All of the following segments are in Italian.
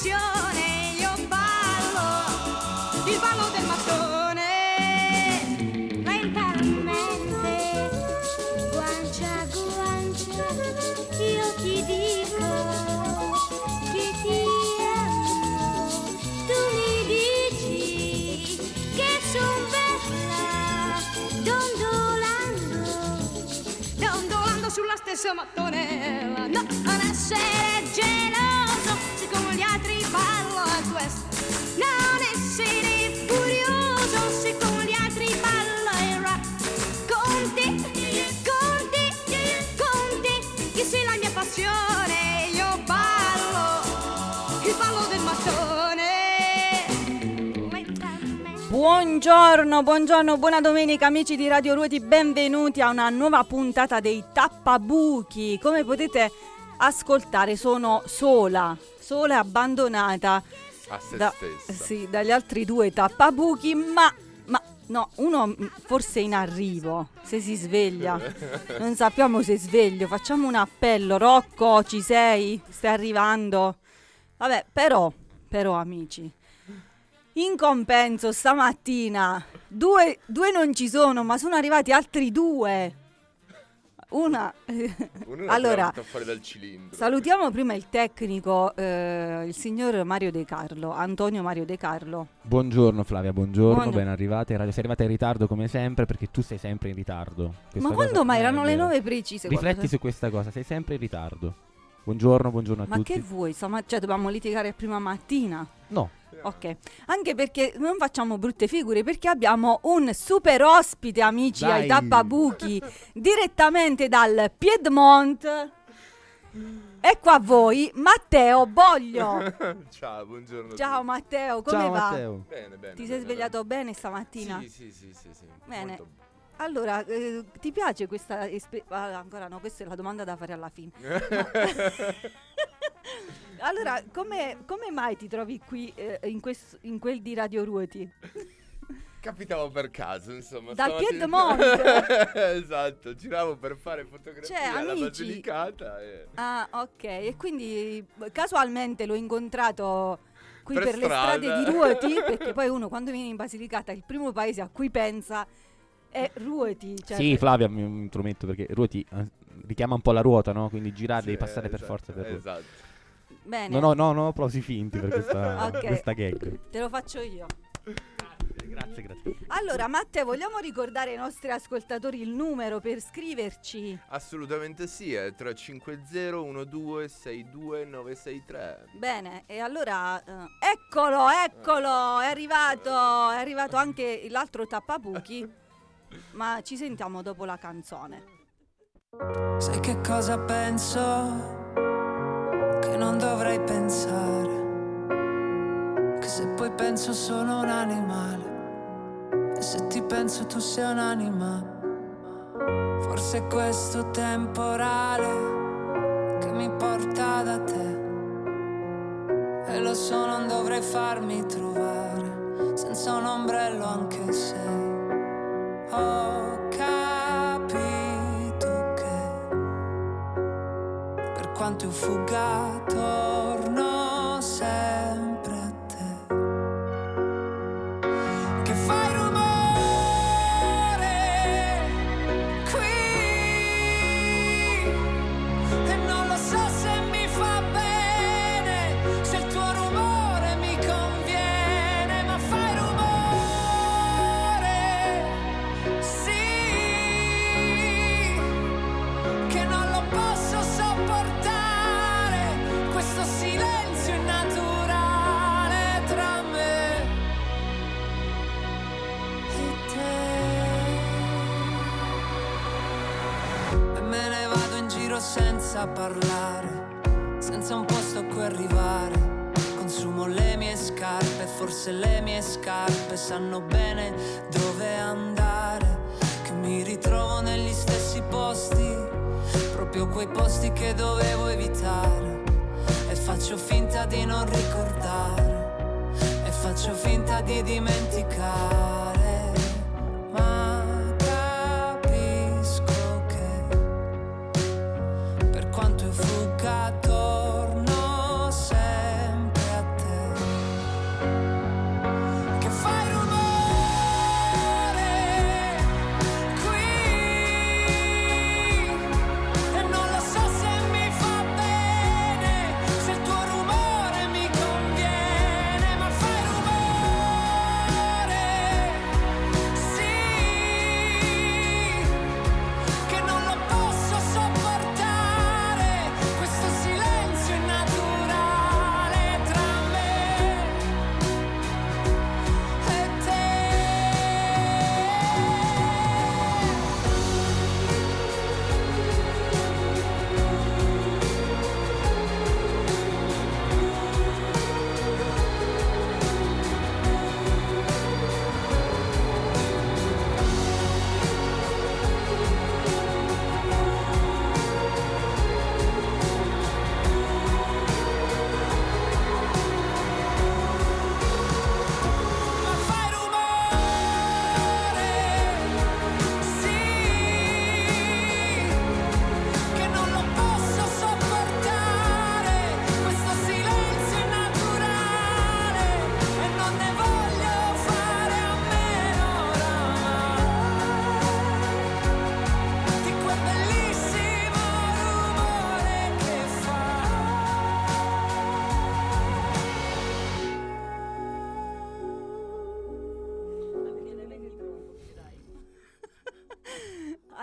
passione, io ballo il ballo del mattone. Lentamente, guancia a guancia, io ti dico che ti amo. Tu mi dici che son bella, dondolando sulla stessa mattonella. No, non essere geloso, siccome gli altri ballo a questo. Non essere furioso, siccome gli altri ballo il rock. Conti, che sei la mia passione, io ballo il ballo del mattone. Buongiorno, buona domenica amici di Radio Ruoti, benvenuti a una nuova puntata dei Tappabuchi. Come potete ascoltare sono sola e abbandonata a se stessa. Sì, dagli altri due tappabuchi, ma no, uno forse in arrivo, se si sveglia. Non sappiamo se è sveglio, facciamo un appello. Rocco, ci sei? Stai arrivando? Vabbè, però amici, in compenso stamattina due non ci sono, ma sono arrivati altri due. Uno allora, fuori dal cilindro. Salutiamo prima il tecnico, il signor Mario De Carlo, Antonio Mario De Carlo. Buongiorno Flavia, buongiorno. Ben arrivata. Sei arrivata in ritardo come sempre, perché tu sei sempre in ritardo. Ma quando mai? Erano le 9 precise. Rifletti su questa cosa, sei sempre in ritardo. Buongiorno a tutti. Ma che vuoi? Cioè dobbiamo litigare prima mattina? No. Ok, anche perché non facciamo brutte figure, perché abbiamo un super ospite, amici, ai Tappabuchi, direttamente dal Piedmont. Ecco a voi Matteo Boglio. Ciao, buongiorno. Ciao Matteo, come va? Matteo. Bene. Ti sei svegliato bene stamattina? Sì. Bene. Molto bene. Allora, ti piace questa ancora no, questa è la domanda da fare alla fine. Allora, come mai ti trovi qui in quel di Radio Ruoti? Capitavo per caso, insomma. Dal Piedmont. Esatto, giravo per fare fotografie alla amici. Basilicata Ah, ok. E quindi casualmente l'ho incontrato qui per le strada. strade di Ruoti, perché poi uno quando viene in Basilicata il primo paese a cui pensa è Ruoti. Cioè sì, Flavia, mi intrometto perché Ruoti richiama un po' la ruota, no? Quindi girare devi passare per forza per Ruoti. Esatto. Bene. No, prosi finti per questa, Ok. questa gag. Te lo faccio io. Grazie. Allora, Matteo, vogliamo ricordare ai nostri ascoltatori il numero per scriverci? Assolutamente sì, è 350 12 62 963. Bene, e allora eccolo, è arrivato anche l'altro Tappabuchi, ma ci sentiamo dopo la canzone. Sai che cosa penso? Che non dovrei pensare, che se poi penso sono un animale, e se ti penso tu sei un'anima. Forse è questo temporale che mi porta da te, e lo so non dovrei farmi trovare senza un ombrello, anche se ho capito che per quanto io fugga torno sempre a te, che fai rumore qui e non lo so se mi fa bene, se il tuo rumore mi conviene, ma fai rumore, sì, che non lo posso sopportare, questo silenzio innaturale tra me e te. E me ne vado in giro senza parlare, senza un posto a cui arrivare. Consumo le mie scarpe, forse le mie scarpe sanno bene dove andare, che mi ritrovo negli stessi posti, proprio quei posti che dovevo evitare, e faccio finta di non ricordare, e faccio finta di dimenticare, ma capisco che per quanto io fugga torno sempre a te,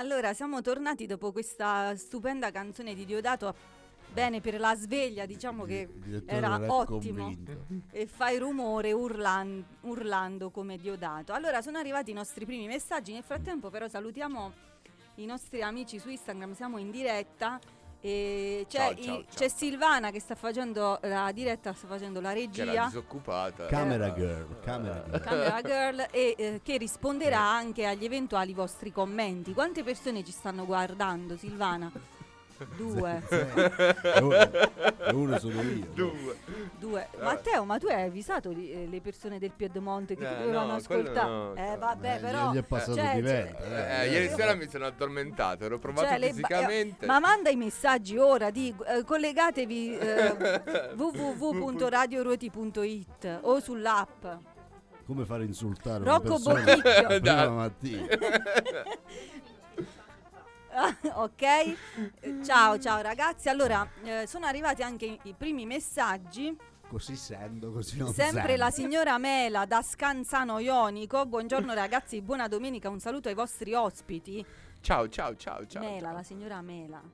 Allora, siamo tornati dopo questa stupenda canzone di Diodato. Bene, per la sveglia diciamo che era ottimo e fai rumore urlando come Diodato. Allora, sono arrivati i nostri primi messaggi. Nel frattempo però salutiamo i nostri amici su Instagram, siamo in diretta. E c'è Silvana che sta facendo la diretta, sta facendo la regia, che era disoccupata, camera girl e che risponderà anche agli eventuali vostri commenti. Quante persone ci stanno guardando, Silvana? 2. Uno sono io. 2. Matteo, ma tu hai avvisato le persone del Piedemonte che ti dovevano ascoltare? Vabbè, però gli è passato di vento. Ieri sera mi sono addormentato, ero provato fisicamente. Ma manda i messaggi ora, collegatevi www.radioruoti.it o sull'app. Come fare insultare Rocco una persona Bocchicchio prima mattina? Ok, ciao ragazzi. Allora, sono arrivati anche i primi messaggi. Così sento, così non sempre sento. la signora Mela da Scanzano Ionico. Buongiorno ragazzi, buona domenica, un saluto ai vostri ospiti. Ciao. Mela, la signora Mela.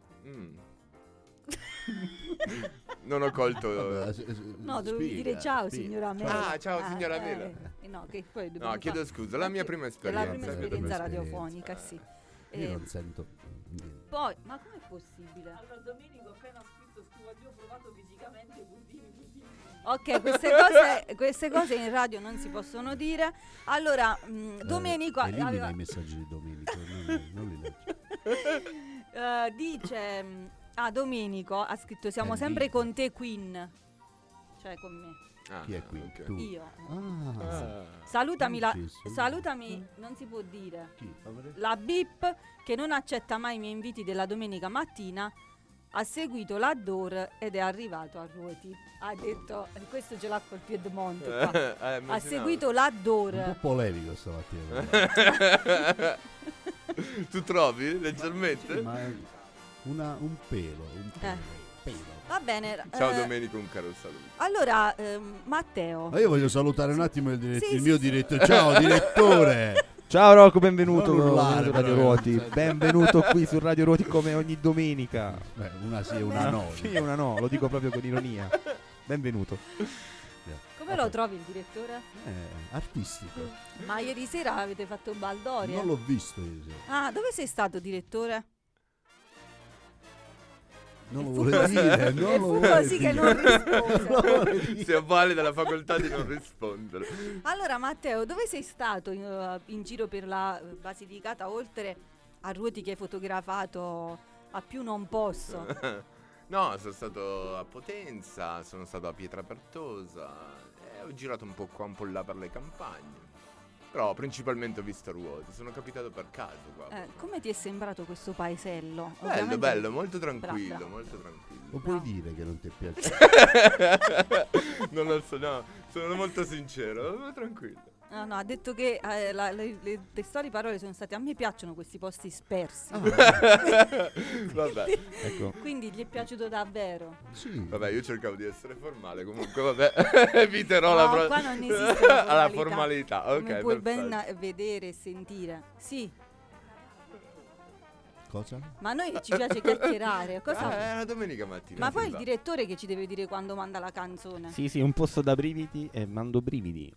Non ho colto. No, dovevi dire ciao signora Mela. Ciao signora Mela. No, che poi chiedo scusa, la mia prima esperienza. La prima esperienza radiofonica, sì. Io non sento niente. Poi, ma com'è possibile? Allora Domenico appena scritto studio ho provato fisicamente budini. Ok, queste cose in radio non si possono dire. Allora, Domenico elimina i messaggi di Domenico, non li leggi. Dice Domenico ha scritto siamo sempre con te Queen. Cioè con me. Chi è qui? Okay. Tu. Io. Salutami. Salutami, non si può dire. Chi? La Bip che non accetta mai i miei inviti della domenica mattina ha seguito l'Adore ed è arrivato a Ruoti. Ha detto, questo ce l'ha col Piedemonte qua. Ha seguito l'Adore. Un po' polemico stamattina. Tu trovi leggermente? Sì, ma è un pelo. Va bene. Ciao Domenico, un caro saluto. Allora, Matteo. Ma io voglio salutare un attimo il mio direttore. Ciao direttore. Ciao Rocco, benvenuto su Radio Ruoti. Benvenuto qui su Radio Ruoti come ogni domenica. Una sì e una no. Sì e una no, lo dico proprio con ironia. Benvenuto. Come lo trovi il direttore? Artistico. Ma ieri sera avete fatto baldoria? Non l'ho visto ieri sera. Dove sei stato, direttore? Non lo vuole dire, non lo vuole così dire. che non rispose. Si avvale dalla facoltà di non rispondere. Allora Matteo, dove sei stato in giro per la Basilicata, oltre a Ruoti che hai fotografato a più non posso? No, sono stato a Potenza, sono stato a Pietrapertosa e ho girato un po' qua, un po' là per le campagne. Però principalmente ho visto Ruoti, sono capitato per caso qua. Come ti è sembrato questo paesello? Bello, molto tranquillo, molto tranquillo. Lo puoi dire che non ti è piaciuto? Non lo so, no, sono molto sincero, ma tranquillo. No, ha detto che le testuali parole sono state: a me piacciono questi posti spersi. Vabbè, ecco. Quindi gli è piaciuto davvero? Sì. Vabbè, io cercavo di essere formale, comunque vabbè, eviterò qua non esiste la formalità. Ok, come puoi perfetto. ben vedere e sentire. Sì. Cosa? Ma a noi ci piace chiacchierare. Cosa? È la domenica mattina. Ma poi il va. direttore che ci deve dire quando manda la canzone. Sì, un posto da brividi e mando brividi.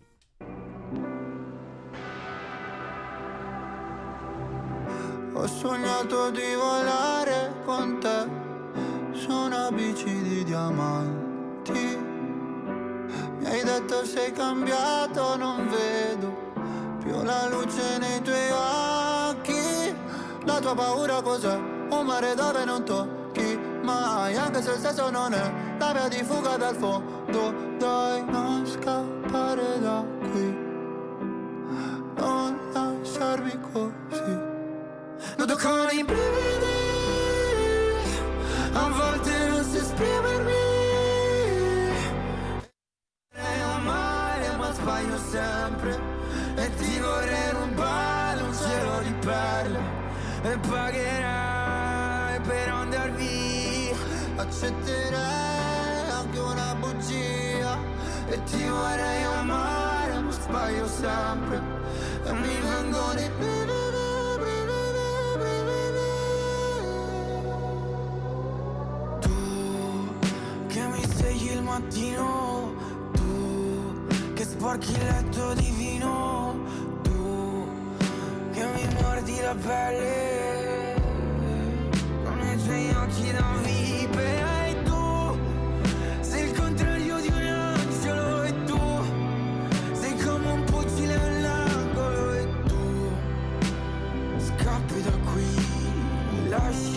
Ho sognato di volare con te su una bici di diamanti. Mi hai detto sei cambiato, non vedo più la luce nei tuoi occhi. La tua paura cos'è? Un mare dove non tocchi mai, anche se il senso non è la via di fuga dal fondo. Dai, non scappare da qui, non lasciarmi così. Noto con i brividi, a volte non so esprimermi. Vorrei amare ma sbaglio sempre, e ti vorrei rubare un cielo di perle. E pagherai per andar via, accetterei anche una bugia. E ti vorrei amare ma sbaglio sempre, e mi vengono i brividi. il mattino, tu che sporchi il letto di vino, tu che mi mordi la pelle con i tuoi occhi da vipera, e tu sei il contrario di un angelo, e tu sei come un pugile all'angolo, e tu scappi da qui, mi lasci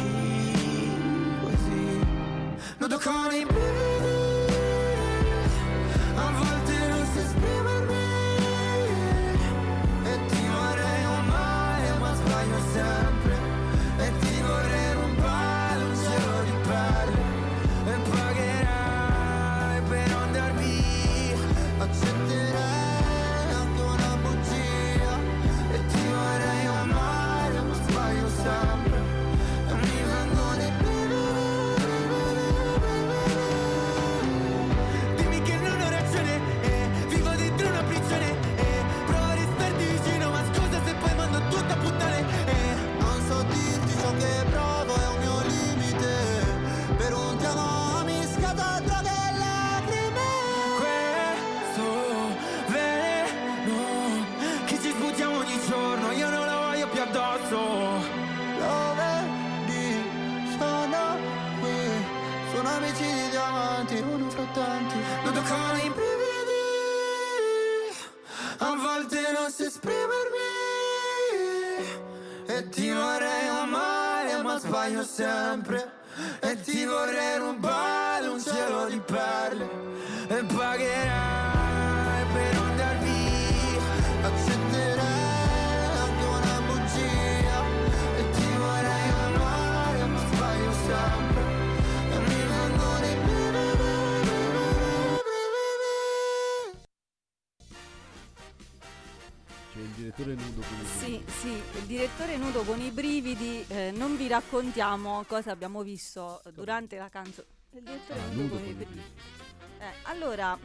così, nudo con i brividi, a volte non so esprimermi, e ti vorrei amare ma sbaglio sempre, e ti vorrei rubare un cielo di perle, e pagherai per andar via, accetterai anche una bugia, e ti vorrei amare ma sbaglio sempre, e mi vengono i dimmi che non ho ragione, vivo dentro una prigione, provo a restarti vicino, ma scusa se poi mando tutto a puttane, non so dirti ciò che provo, è un mio limite, per un ti amo mi scata droga e lacrime, questo veleno che ci sputiamo ogni giorno, io non lo voglio più addosso, lo vedi, sono qui, sono amici di diamanti, uno fra tanti, nudo con i brividi, a volte non so esprimermi, e ti vorrei amare ma sbaglio sempre, e ti vorrei rubare un cielo di perle, e pagherai per andar via, accetterai anche una bugia, e ti vorrei amare ma sbaglio sempre, e mi vengono i C'è il direttore nudo con i Sì, brividi. sì, il direttore nudo con i brividi. Non vi raccontiamo cosa abbiamo visto durante la canzone. Il direttore nudo Nudo con con i i brividi. brividi. Allora,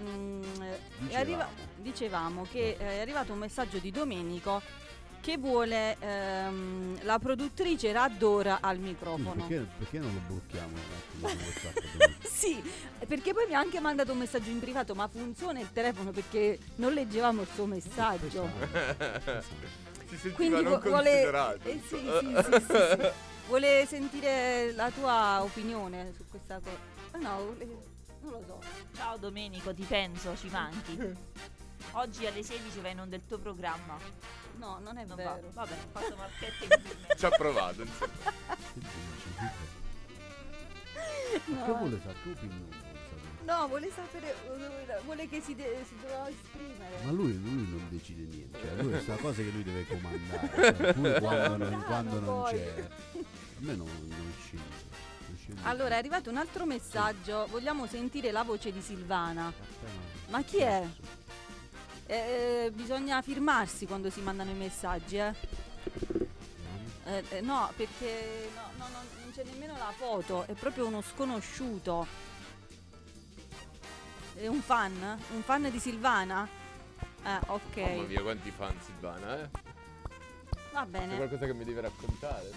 dicevamo che è arrivato un messaggio di Domenico che vuole la produttrice Raddora al microfono. Perché non lo blocchiamo un attimo su WhatsApp? Sì, perché poi mi ha anche mandato un messaggio in privato, ma funziona il telefono perché non leggevamo il suo messaggio. Si sentiva Quindi non considerato. sì. Vuole sentire la tua opinione su questa cosa. No, non lo so. Ciao Domenico, ti penso, ci manchi. Oggi alle 16 vai in onda il tuo programma. No, non è Non vero. va. Vabbè, faccio marchette in Ci ha provato, insomma. Che vuole sapere? Che opinione vuole sapere? No, vuole sapere, vuole che si doveva esprimere. Ma lui non decide niente, cioè lui è questa cosa che lui deve comandare, cioè, pure quando non poi. c'è. A me non scende. Allora, è arrivato un altro messaggio. Vogliamo sentire la voce di Silvana. Ma chi è? Bisogna firmarsi quando si mandano i messaggi, no, perché non c'è nemmeno la foto, è proprio uno sconosciuto. È un fan di Silvana? Ok. Mamma mia, quanti fan Silvana, Va C'è bene. qualcosa che mi deve raccontare?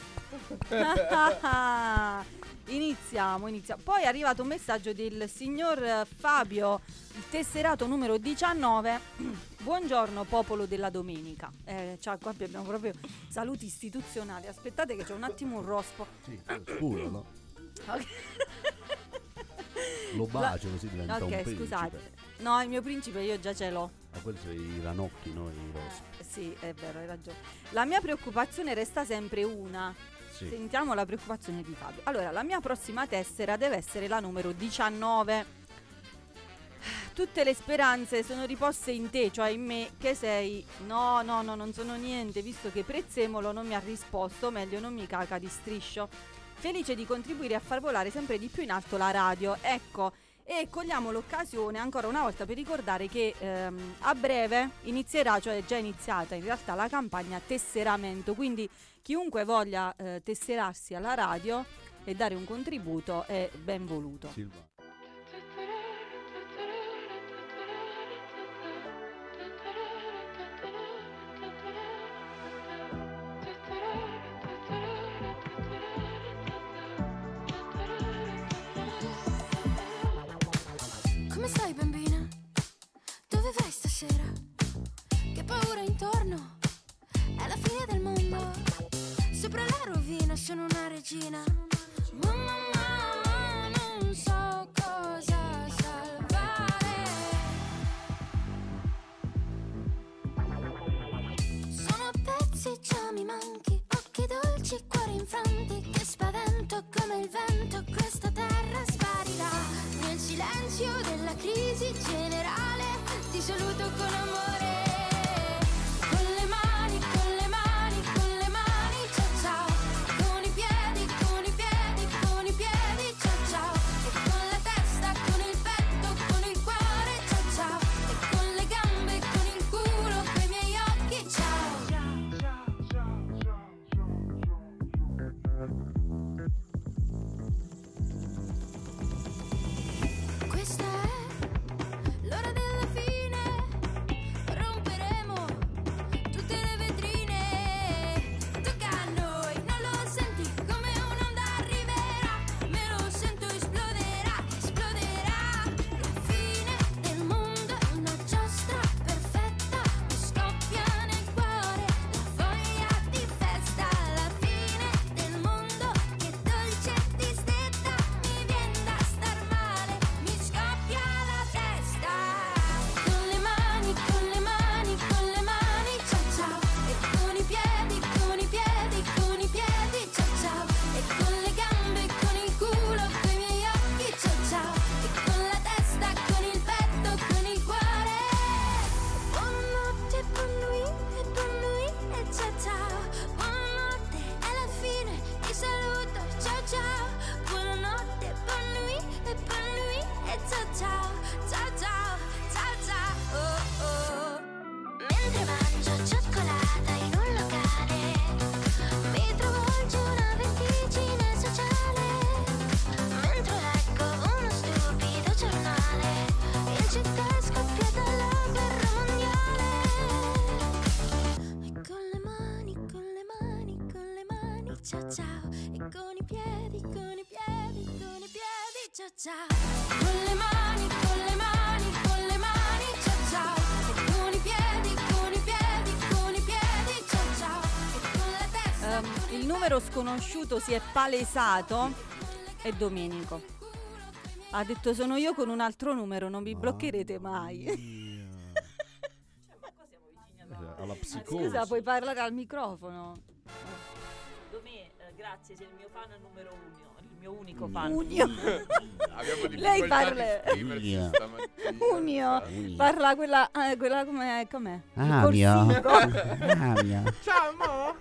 Iniziamo. Poi è arrivato un messaggio del signor Fabio, il tesserato numero 19. Buongiorno popolo della domenica. Ciao, qua abbiamo proprio saluti istituzionali. Aspettate che c'è un attimo un rospo. Sì, scuro, no? Ok. Lo bacio così diventa un Ok, principe. scusate. No, il mio principe io già ce l'ho. Ma quelli sono i ranocchi, no? I rospi. Sì, è vero, hai ragione. La mia preoccupazione resta sempre una. Sì. Sentiamo la preoccupazione di Fabio. Allora, la mia prossima tessera deve essere la numero 19. Tutte le speranze sono riposte in te, cioè in me, che sei. No, non sono niente, visto che Prezzemolo non mi ha risposto, meglio non mi caca di striscio. Felice di contribuire a far volare sempre di più in alto la radio. Ecco, e cogliamo l'occasione ancora una volta per ricordare che a breve inizierà, cioè è già iniziata in realtà la campagna tesseramento, quindi chiunque voglia tesserarsi alla radio e dare un contributo è ben voluto. Silva. ritorno, è la fine del mondo. Sopra la rovina sono una regina. Mamma, non so cosa salvare. Sono a pezzi, già mi manchi. Occhi dolci, cuori infranti. Che spavento come il vento. Questa terra sparirà. Nel silenzio della crisi generale ti saluto con amore. Con le mani, con le mani, con le mani, ciao ciao. Con i piedi, con i piedi, con i piedi, ciao ciao. E con la testa, con il petto, con il cuore, ciao ciao. E con le gambe, con il culo, coi miei occhi, ciao. Questa è l'ora della fine. Romperemo tutte le vetrine. Tocca a noi, non lo senti come un'onda arriverà. Me lo sento, esploderà, esploderà. La fine del mondo è una giostra perfetta. Mi scoppia nel cuore la voglia di festa. La fine del mondo, che dolce distetta. Mi viene da star male, mi scoppia la testa. Con le mani, con le mani, con le mani, ciao ciao. E con i piedi, con i piedi, con i piedi, ciao ciao. E con le gambe, con il culo, coi miei occhi, ciao ciao. E con la testa, con il petto, con il cuore. Buonanotte, buon nuit e ciao ciao. Buonanotte, è la fine, ti saluto, ciao ciao. Buonanotte, buon nuit e ciao ciao. Ciao ciao, ciao ciao, oh oh. Mentre mangio cioccolata in un locale, mi travolge una vertigine sociale. Mentre leggo uno stupido giornale, in città è scoppiata la guerra mondiale. E con le mani, con le mani, con le mani, ciao ciao. E con i piedi, con i piedi, con i piedi, ciao ciao. Con le mani, con le mani, con le mani, ciao ciao. E con i piedi, con i piedi, con i piedi, ciao ciao. E con la testa, con Il numero sconosciuto si è palesato. È Domenico. Ha detto sono io con un altro numero, non vi bloccherete mai. Ma qua siamo vicini a Alla psicosi. Scusa, puoi parlare al microfono? Domè, grazie, sei il mio fan numero uno, il mio unico fan. Unio. Abbiamo Lei difficoltà parla- di scriversi Unia. stamattina. Unio. Parla quella com'è? Ah, Il mia. corsivo. Mia. Ciao, mo.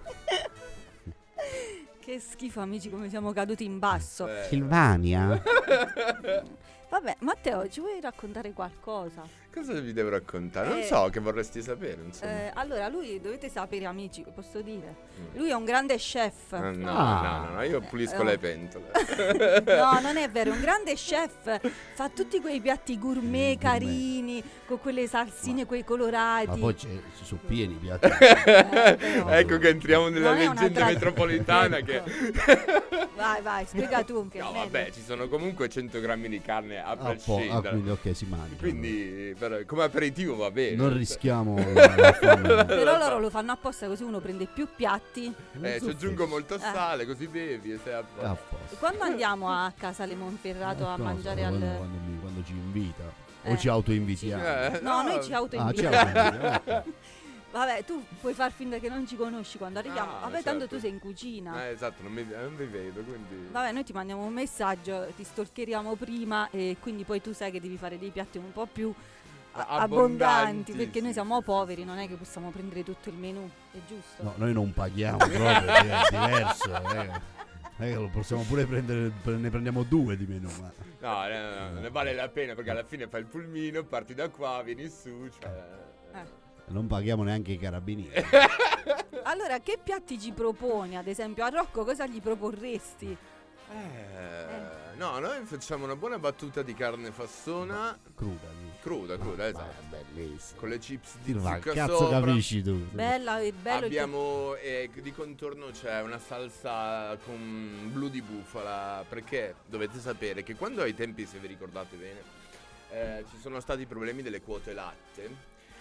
Che schifo, amici, come siamo caduti in basso. Silvania. Vabbè, Matteo, ci vuoi raccontare qualcosa? Cosa vi devo raccontare? Non Eh, so, che vorresti sapere, insomma. Allora, lui, dovete sapere, amici, posso dire? Lui è un grande chef. No, io pulisco le pentole. No, non è vero, è un grande chef. Fa tutti quei piatti gourmet carini, con quelle salsine, quei colorati. Ma poi sono pieni i piatti. Però. Ecco che entriamo nella Non è una leggenda metropolitana Ecco. che... Vai, spiega tu che è No, meglio. vabbè, ci sono comunque 100 grammi di carne a prescindere. Quindi ok, si mangia. Quindi come aperitivo va bene. non rischiamo la fame. Però loro lo fanno apposta così uno prende più piatti. Ci aggiungo molto sale, così bevi e sei a posto. A posto. Quando andiamo a casa Le Monferrato a No, mangiare quando, al... quando ci invita o ci autoinvitiamo. No, noi ci Ci autoinvitiamo. autoinvitiamo. Ok. Vabbè, tu puoi far finta che non ci conosci quando arriviamo. No, Vabbè, tanto certo. tu sei in cucina. Esatto, non vi vedo, quindi... Vabbè, noi ti mandiamo un messaggio, ti stalkeriamo prima e quindi poi tu sai che devi fare dei piatti un po' più abbondanti, perché noi siamo poveri, non è che possiamo prendere tutto il menù, è giusto? No, noi non paghiamo proprio, è diverso. Lo possiamo pure prendere, ne prendiamo 2 di meno. Ma... No, ne vale la pena perché alla fine fai il pulmino, parti da qua, vieni su, cioè... non paghiamo neanche i carabinieri. Allora, che piatti ci proponi? Ad esempio, a Rocco cosa gli proporresti? No, noi facciamo una buona battuta di carne fassona Cruda, cruda, esatto. bellissimo. Con le chips di Ma zucca cazzo sopra. capisci tu? Bella, è bello. Abbiamo di contorno c'è una salsa con blu di bufala, perché dovete sapere che quando ai tempi, se vi ricordate bene, ci sono stati problemi delle quote latte.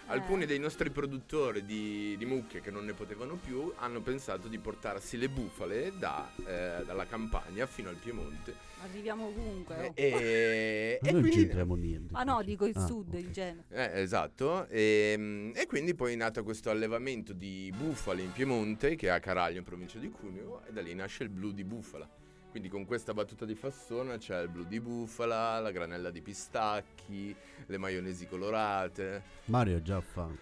Alcuni dei nostri produttori di mucche che non ne potevano più hanno pensato di portarsi le bufale dalla Campania fino al Piemonte. Arriviamo ovunque. E Noi non quindi c'entriamo niente. Ah no, dico il sud, ok. il genere. esatto, e quindi poi è nato questo allevamento di bufale in Piemonte, che è a Caraglio in provincia di Cuneo, e da lì nasce il blu di bufala. Quindi con questa battuta di Fassona c'è il blu di bufala, la granella di pistacchi, le maionesi colorate. Mario è già fan.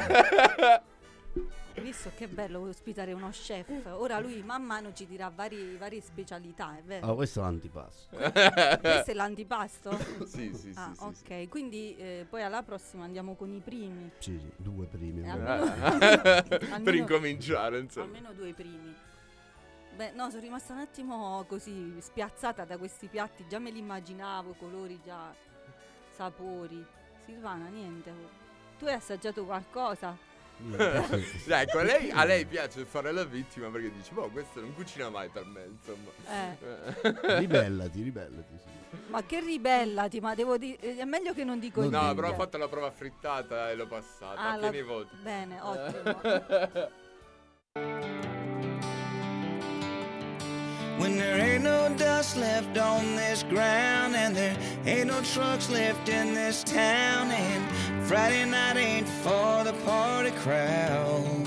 Hai visto che bello ospitare uno chef? Ora lui man mano ci dirà varie specialità, è vero? Ah, questo è l'antipasto. Questo è l'antipasto? Sì, sì, Ah, sì, ok, sì. quindi poi alla prossima andiamo con i primi. Sì, 2 primi. Almeno- Per incominciare, insomma. Almeno 2 primi. Beh, no, sono rimasta un attimo così spiazzata da questi piatti, già me li immaginavo, colori già, sapori. Silvana, niente. Tu hai assaggiato qualcosa? Ecco, a lei piace fare la vittima perché dice, boh, questo non cucina mai per me, insomma. Ribellati, sì. Ma che ribellati, ma devo dire, è meglio che non dico niente. No, però ho fatto la prova frittata e l'ho passata, pieni i voti. Bene, ottimo. When there ain't no dust left on this ground and there ain't no trucks left in this town and Friday night ain't for the party crowd.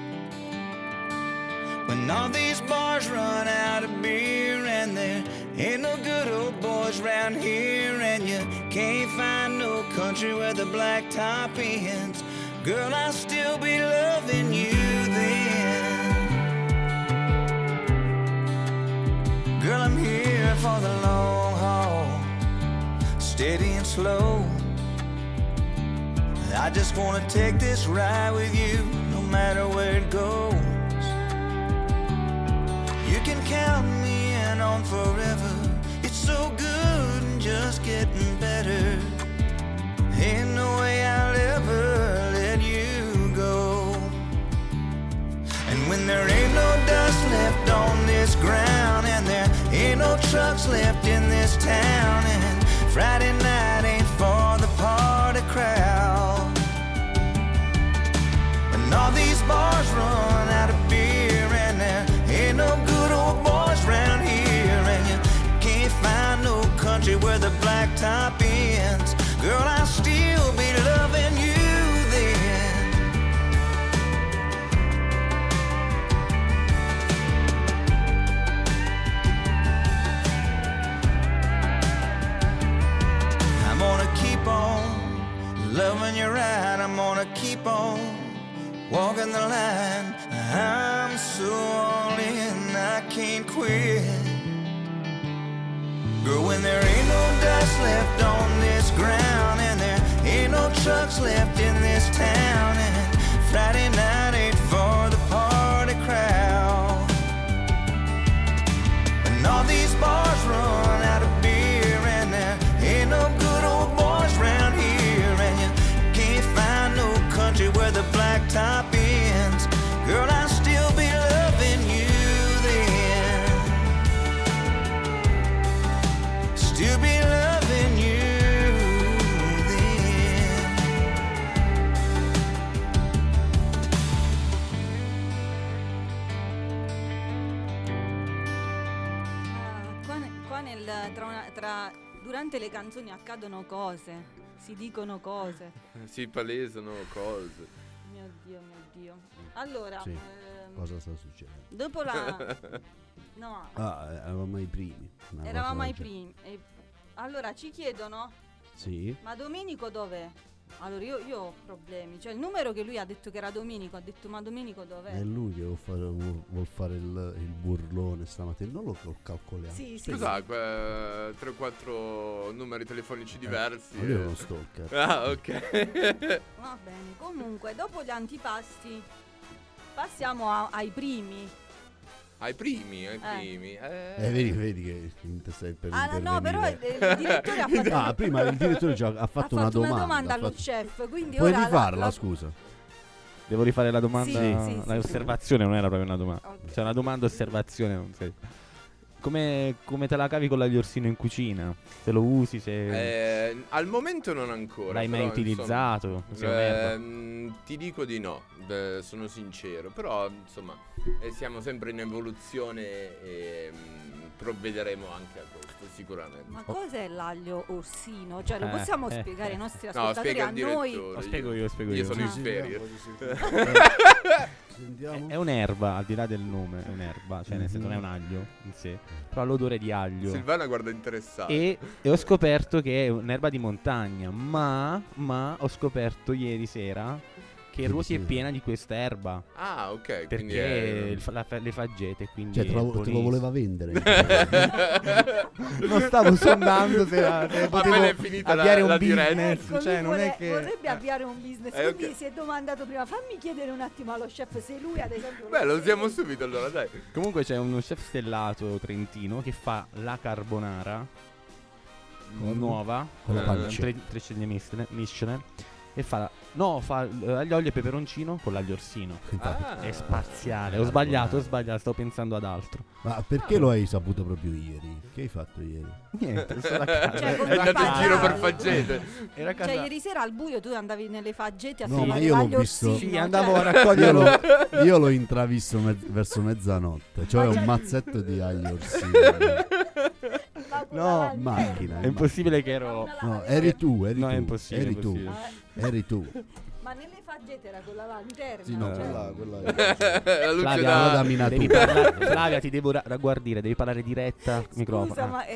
When all these bars run out of beer and there ain't no good old boys round here and you can't find no country where the blacktop ends, girl, I'll still be loving you then. Girl, I'm here for the long haul, steady and slow. I just wanna take this ride with you, no matter where it goes. You can count me in on forever. It's so good and just getting better. Ain't no way I'll ever let you go. And when there ain't no dust left on this ground and there ain't no trucks left in this town and Friday night ain't for the party crowd, and all these bars run out of beer and there ain't no good old boys round here and you can't find no country where the blacktop ends, girl, I'll still be loving you then. I'm gonna keep on loving you right. I'm gonna keep on walking the line. I'm so all in, I can't quit. Girl, when there ain't no dust left on this ground and there ain't no trucks left in this town and Friday night ain't for the party crowd, and all these bars run out of beer and there ain't no good old boys round here and you can't find no country where the blacktop ends, girl, I'll still be loving you then. Still be loving you then. durante le canzoni accadono cose, si dicono cose. Si palesano cose. Mio Dio. Allora, Sì. Cosa sta succedendo? dopo la... No, Eravamo ai primi. Una eravamo cosa ai del genere. primi. Allora ci chiedono, Sì. ma Domenico dov'è? Allora io ho problemi, cioè il numero che lui ha detto che era Domenico, ha detto ma Domenico dov'è? È lui che vuol fare il burlone stamattina. Non lo calcoliamo. Sì, sì, Scusa, 3-4 numeri telefonici diversi. Ma lui è uno stalker. Ah, ok. Va bene, comunque dopo gli antipasti passiamo ai primi. Ai primi. Vedi che stai per No, però intervenire. il direttore ha fatto, Prima il direttore già ha fatto una domanda. allo chef, quindi Puoi ora rifarla, scusa. Devo rifare la domanda? Sì, sì, L'osservazione non era proprio una domanda. Ok. Cioè una domanda osservazione, non sei. come te la cavi con l'aglio orsino in cucina? Se lo usi, se Al momento non ancora. l'hai mai però, utilizzato? Ti dico di no, sono sincero. Però insomma siamo sempre in evoluzione e provvederemo anche a questo sicuramente. Ma cos'è l'aglio orsino? Cioè, lo possiamo spiegare ai nostri ascoltatori? Spiega A il noi direttore. Lo spiego io. Io sono in Sì, ferie. Sentiamo. È un'erba, al di là del nome, è un'erba, cioè nel senso non è un aglio in sé, però ha l'odore di aglio. Silvana guarda interessata. E ho scoperto che è un'erba di montagna, ma ho scoperto ieri sera che Ruoti è piena di questa erba. Ah, ok. Quindi Perché le faggete, quindi Cioè, te lo buonissimo. voleva vendere. Non stavo sondando se Appena è finita avviare la un diretta. business, Ecco, cioè lui non è che vorrebbe avviare un business, quindi ok. si è domandato prima, fammi chiedere un attimo allo chef se lui ad esempio... Beh, lo usiamo subito allora, dai. Comunque c'è uno chef stellato trentino che fa la carbonara nuova Con la pancia. 3 stelle Michelin e fa aglio, olio e peperoncino con l'aglio orsino. Ah. È spaziale. Ho sbagliato, stavo pensando ad altro. Ma perché lo hai saputo proprio ieri? Che hai fatto ieri? Niente, sono a casa. Cioè, come È andato in parlavi? giro per faggete. Era a casa. Cioè, ieri sera al buio tu andavi nelle faggete a No, ma trovare io l'ho l'aglio visto- orsino, Sì, andavo cioè- a raccoglierlo. Io l'ho intravisto verso mezzanotte. Cioè Ma un c'è- mazzetto di aglio orsino. No, Macchina. È impossibile che ero. No, eri tu, eri No, tu. è impossibile, Eri è tu. impossibile. Eri tu. Ma nelle faggete era con la lanterna. Sì, no, cioè- quella La luce Flavia, da da... minatura. devi parlare, Flavia, ti devo ragguardire, devi parlare diretta al microfono. Scusa, ma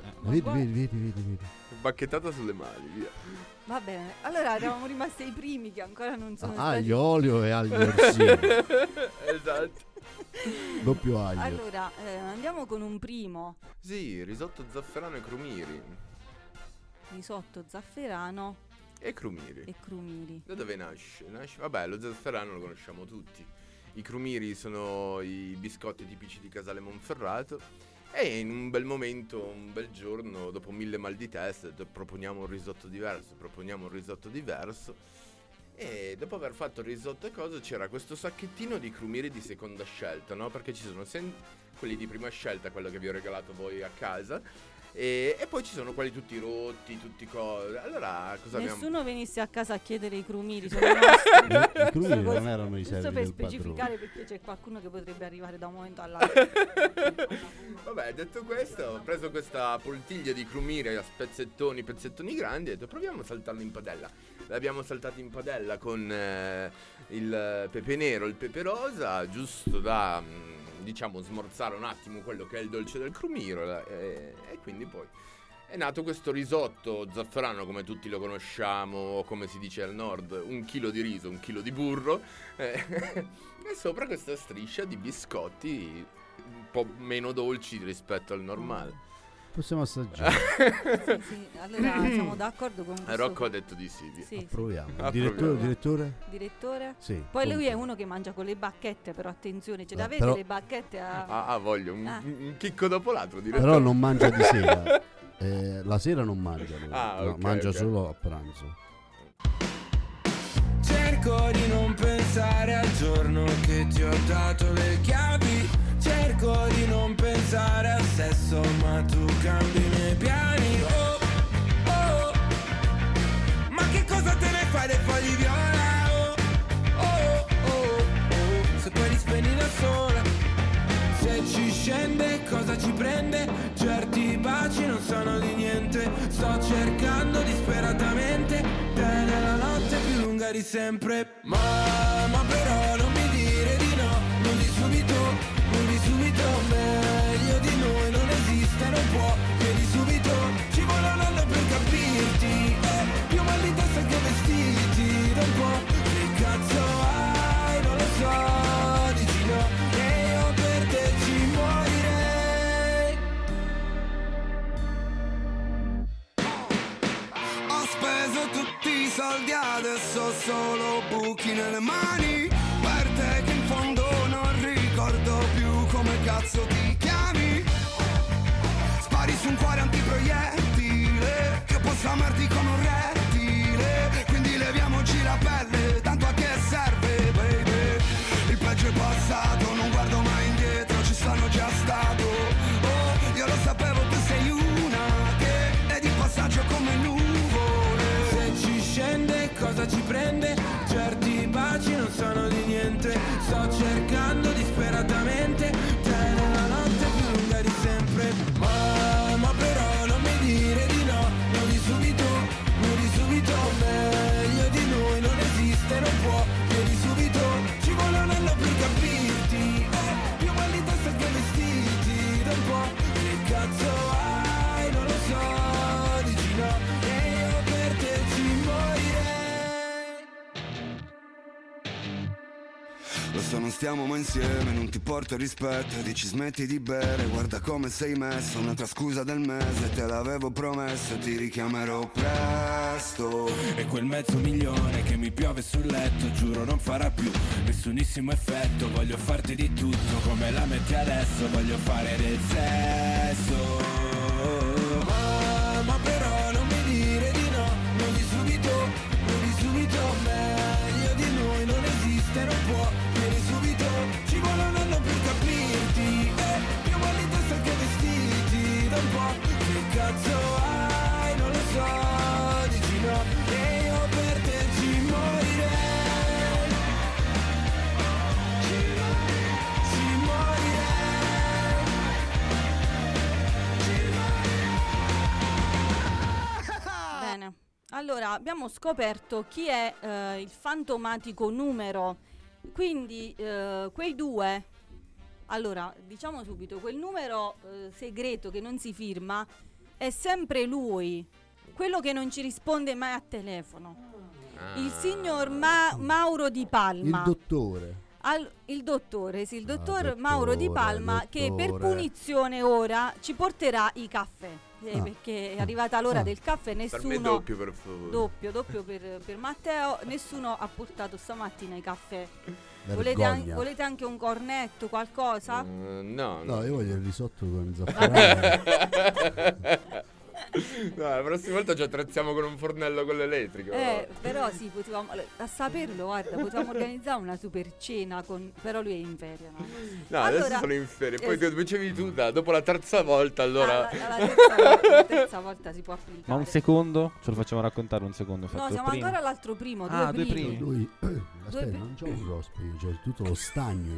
Vedi. bacchettata sulle mani, via. va bene. Allora eravamo rimasti ai primi che ancora non sono stati. Aglio, olio e aglio orsino. Esatto. Doppio aglio. Allora, andiamo con un primo Sì, risotto zafferano e crumiri. risotto zafferano E crumiri. e crumiri. Da dove nasce? Vabbè, lo zafferano lo conosciamo tutti. I crumiri sono i biscotti tipici di Casale Monferrato. E in un bel momento, un bel giorno, dopo 1000 mal di testa, proponiamo un risotto diverso. E dopo aver fatto il risotto e cosa, c'era questo sacchettino di crumiri di seconda scelta, no? Perché ci sono quelli di prima scelta, quello che vi ho regalato voi a casa. E poi ci sono quelli tutti rotti, tutti cose. Allora, cosa abbiamo? Nessuno venisse a casa a chiedere i crumiri, sono nostri. I crumiri Giusto non erano i giusto servi per del padrone. specificare, perché c'è qualcuno che potrebbe arrivare da un momento all'altro. Vabbè, detto questo, ho preso questa poltiglia di crumiri a pezzettoni grandi e ho detto proviamo a saltarlo in padella. L'abbiamo saltato in padella con il pepe nero, il pepe rosa, giusto da diciamo smorzare un attimo quello che è il dolce del crumiro e quindi poi è nato questo risotto zafferano come tutti lo conosciamo, o come si dice al nord, 1 chilo di riso, 1 chilo di burro e sopra questa striscia di biscotti un po' meno dolci rispetto al normale. Possiamo assaggiare. Sì, allora siamo d'accordo con questo. Rocco ha detto di sì. Sì, Proviamo. Approviamo. Direttore? direttore. Sì. Poi lui è uno che mangia con le bacchette, però attenzione, ce l'avete però- le bacchette a... Voglio Ah. un chicco dopo l'altro, direttore. Però non mangia di sera. La sera non mangia lui. Ah, No, ok, mangia ok. solo a pranzo. Cerco di non pensare al giorno che ti ho dato le chiavi. Cerco di non pensare al sesso, ma tu cambi i miei piani. Oh, oh, ma che cosa te ne fai dei fogli viola? Oh, oh, oh, oh, se poi li spegni da sola. Se ci scende cosa ci prende? Certi baci non sono di niente. Sto cercando disperatamente te nella notte più lunga di sempre. Ma però non mi dire di no, non di subito, meglio di noi non esiste, non può, chiedi subito, ci vuole un anno per capirti, più mal di testa che vestiti, da un po', che cazzo hai, non lo so, dici no, e io per te ci morirei. Ho speso tutti i soldi, adesso ho solo buchi nelle mani, per te che in fondo non ricordo più come cazzo ti chiami. Spari su un cuore antiproiettile, io posso amarti come un rettile, quindi leviamoci la pelle, tanto a che serve, baby. Il peggio è passato, non guardo mai indietro, ci sono già stato. Oh, cosa ci prende? Certi baci non sanno di niente. Sto cercando disperatamente te nella notte più lunga di sempre. Ma però non mi dire di no, non di subito, meglio di noi non esiste, non può, vieni subito, ci vuole un anno per capirti, più mal di testa che vestiti, da un po', che cazzo hai, non lo so, dici no, e io per te ci morirei. Lo so non stiamo mai insieme, non ti porto rispetto, dici smetti di bere, guarda come sei messo, un'altra scusa del mese, te l'avevo promesso, ti richiamerò presto. E quel $500,000 che mi piove sul letto, giuro non farà più nessunissimo effetto, voglio farti di tutto, come la metti adesso, voglio fare del sesso. Ma però non mi dire di no, non di subito, meglio di noi non esiste, non può, vieni subito, ci vuole un anno per capirti, più mal di testa che vestiti, da un po', che cazzo hai, non lo so, dici no, e io per te ci morirei, ci morirei, Bene. Allora, abbiamo scoperto chi è il fantomatico numero. Quindi quei due. Allora, diciamo subito, quel numero segreto che non si firma è sempre lui, quello che non ci risponde mai a telefono. Il signor Mauro Di Palma. Il dottore. Il dottore, sì, il dottor dottore, Mauro Di Palma, che per dottore. punizione ora ci porterà i caffè. Perché è arrivata l'ora del caffè, Per me nessuno. doppio, per favore. Doppio per Matteo, nessuno ha portato stamattina i caffè. Vergogna. Volete anche un cornetto, qualcosa? No. No, io voglio il risotto con zafferano. No, la prossima volta ci attrezziamo con un fornello con l'elettrico. Però sì, potevamo, a saperlo, guarda, potevamo organizzare una super cena però lui è in ferie, no? No, Allora, adesso sono in ferie. Poi come dicevi tu, dopo la terza volta, allora. la terza volta si può applicare. Ma un secondo? Ce lo facciamo raccontare un secondo? No, fatto siamo prima? ancora all'altro primo, Ah, due due primi. primi. Lui, aspetta, non c'ho un rospi, c'è tutto lo stagno.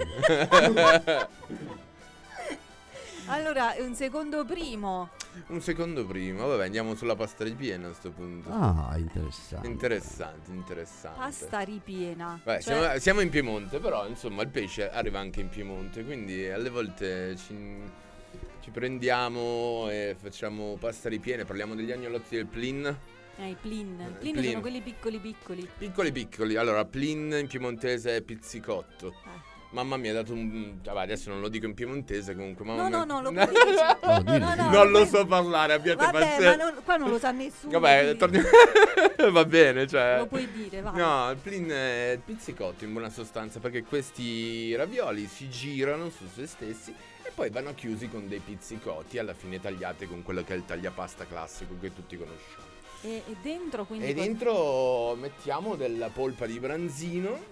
Allora, un secondo primo. Un secondo primo. Vabbè, andiamo sulla pasta ripiena a sto punto. Ah, interessante. Interessante. Pasta ripiena. Beh, Cioè, siamo in Piemonte, però insomma il pesce arriva anche in Piemonte, quindi alle volte ci prendiamo e facciamo pasta ripiena, parliamo degli agnolotti del Plin. I plin. Plin. Plin sono quelli piccoli. Piccoli. Allora, Plin in piemontese è pizzicotto. Mamma mia ha dato un. Vabbè, adesso non lo dico in piemontese, comunque. Mamma mia. No, lo puoi dire. No, non lo so parlare, abbiate vabbè, pazienza. ma qua non lo sa nessuno. Vabbè, quindi va bene, cioè. lo puoi dire, vai. No, il Plin è il pizzicotto in buona sostanza, perché questi ravioli si girano su se stessi e poi vanno chiusi con dei pizzicotti, alla fine tagliati con quello che è il tagliapasta classico che tutti conosciamo. E dentro quindi E dentro mettiamo della polpa di branzino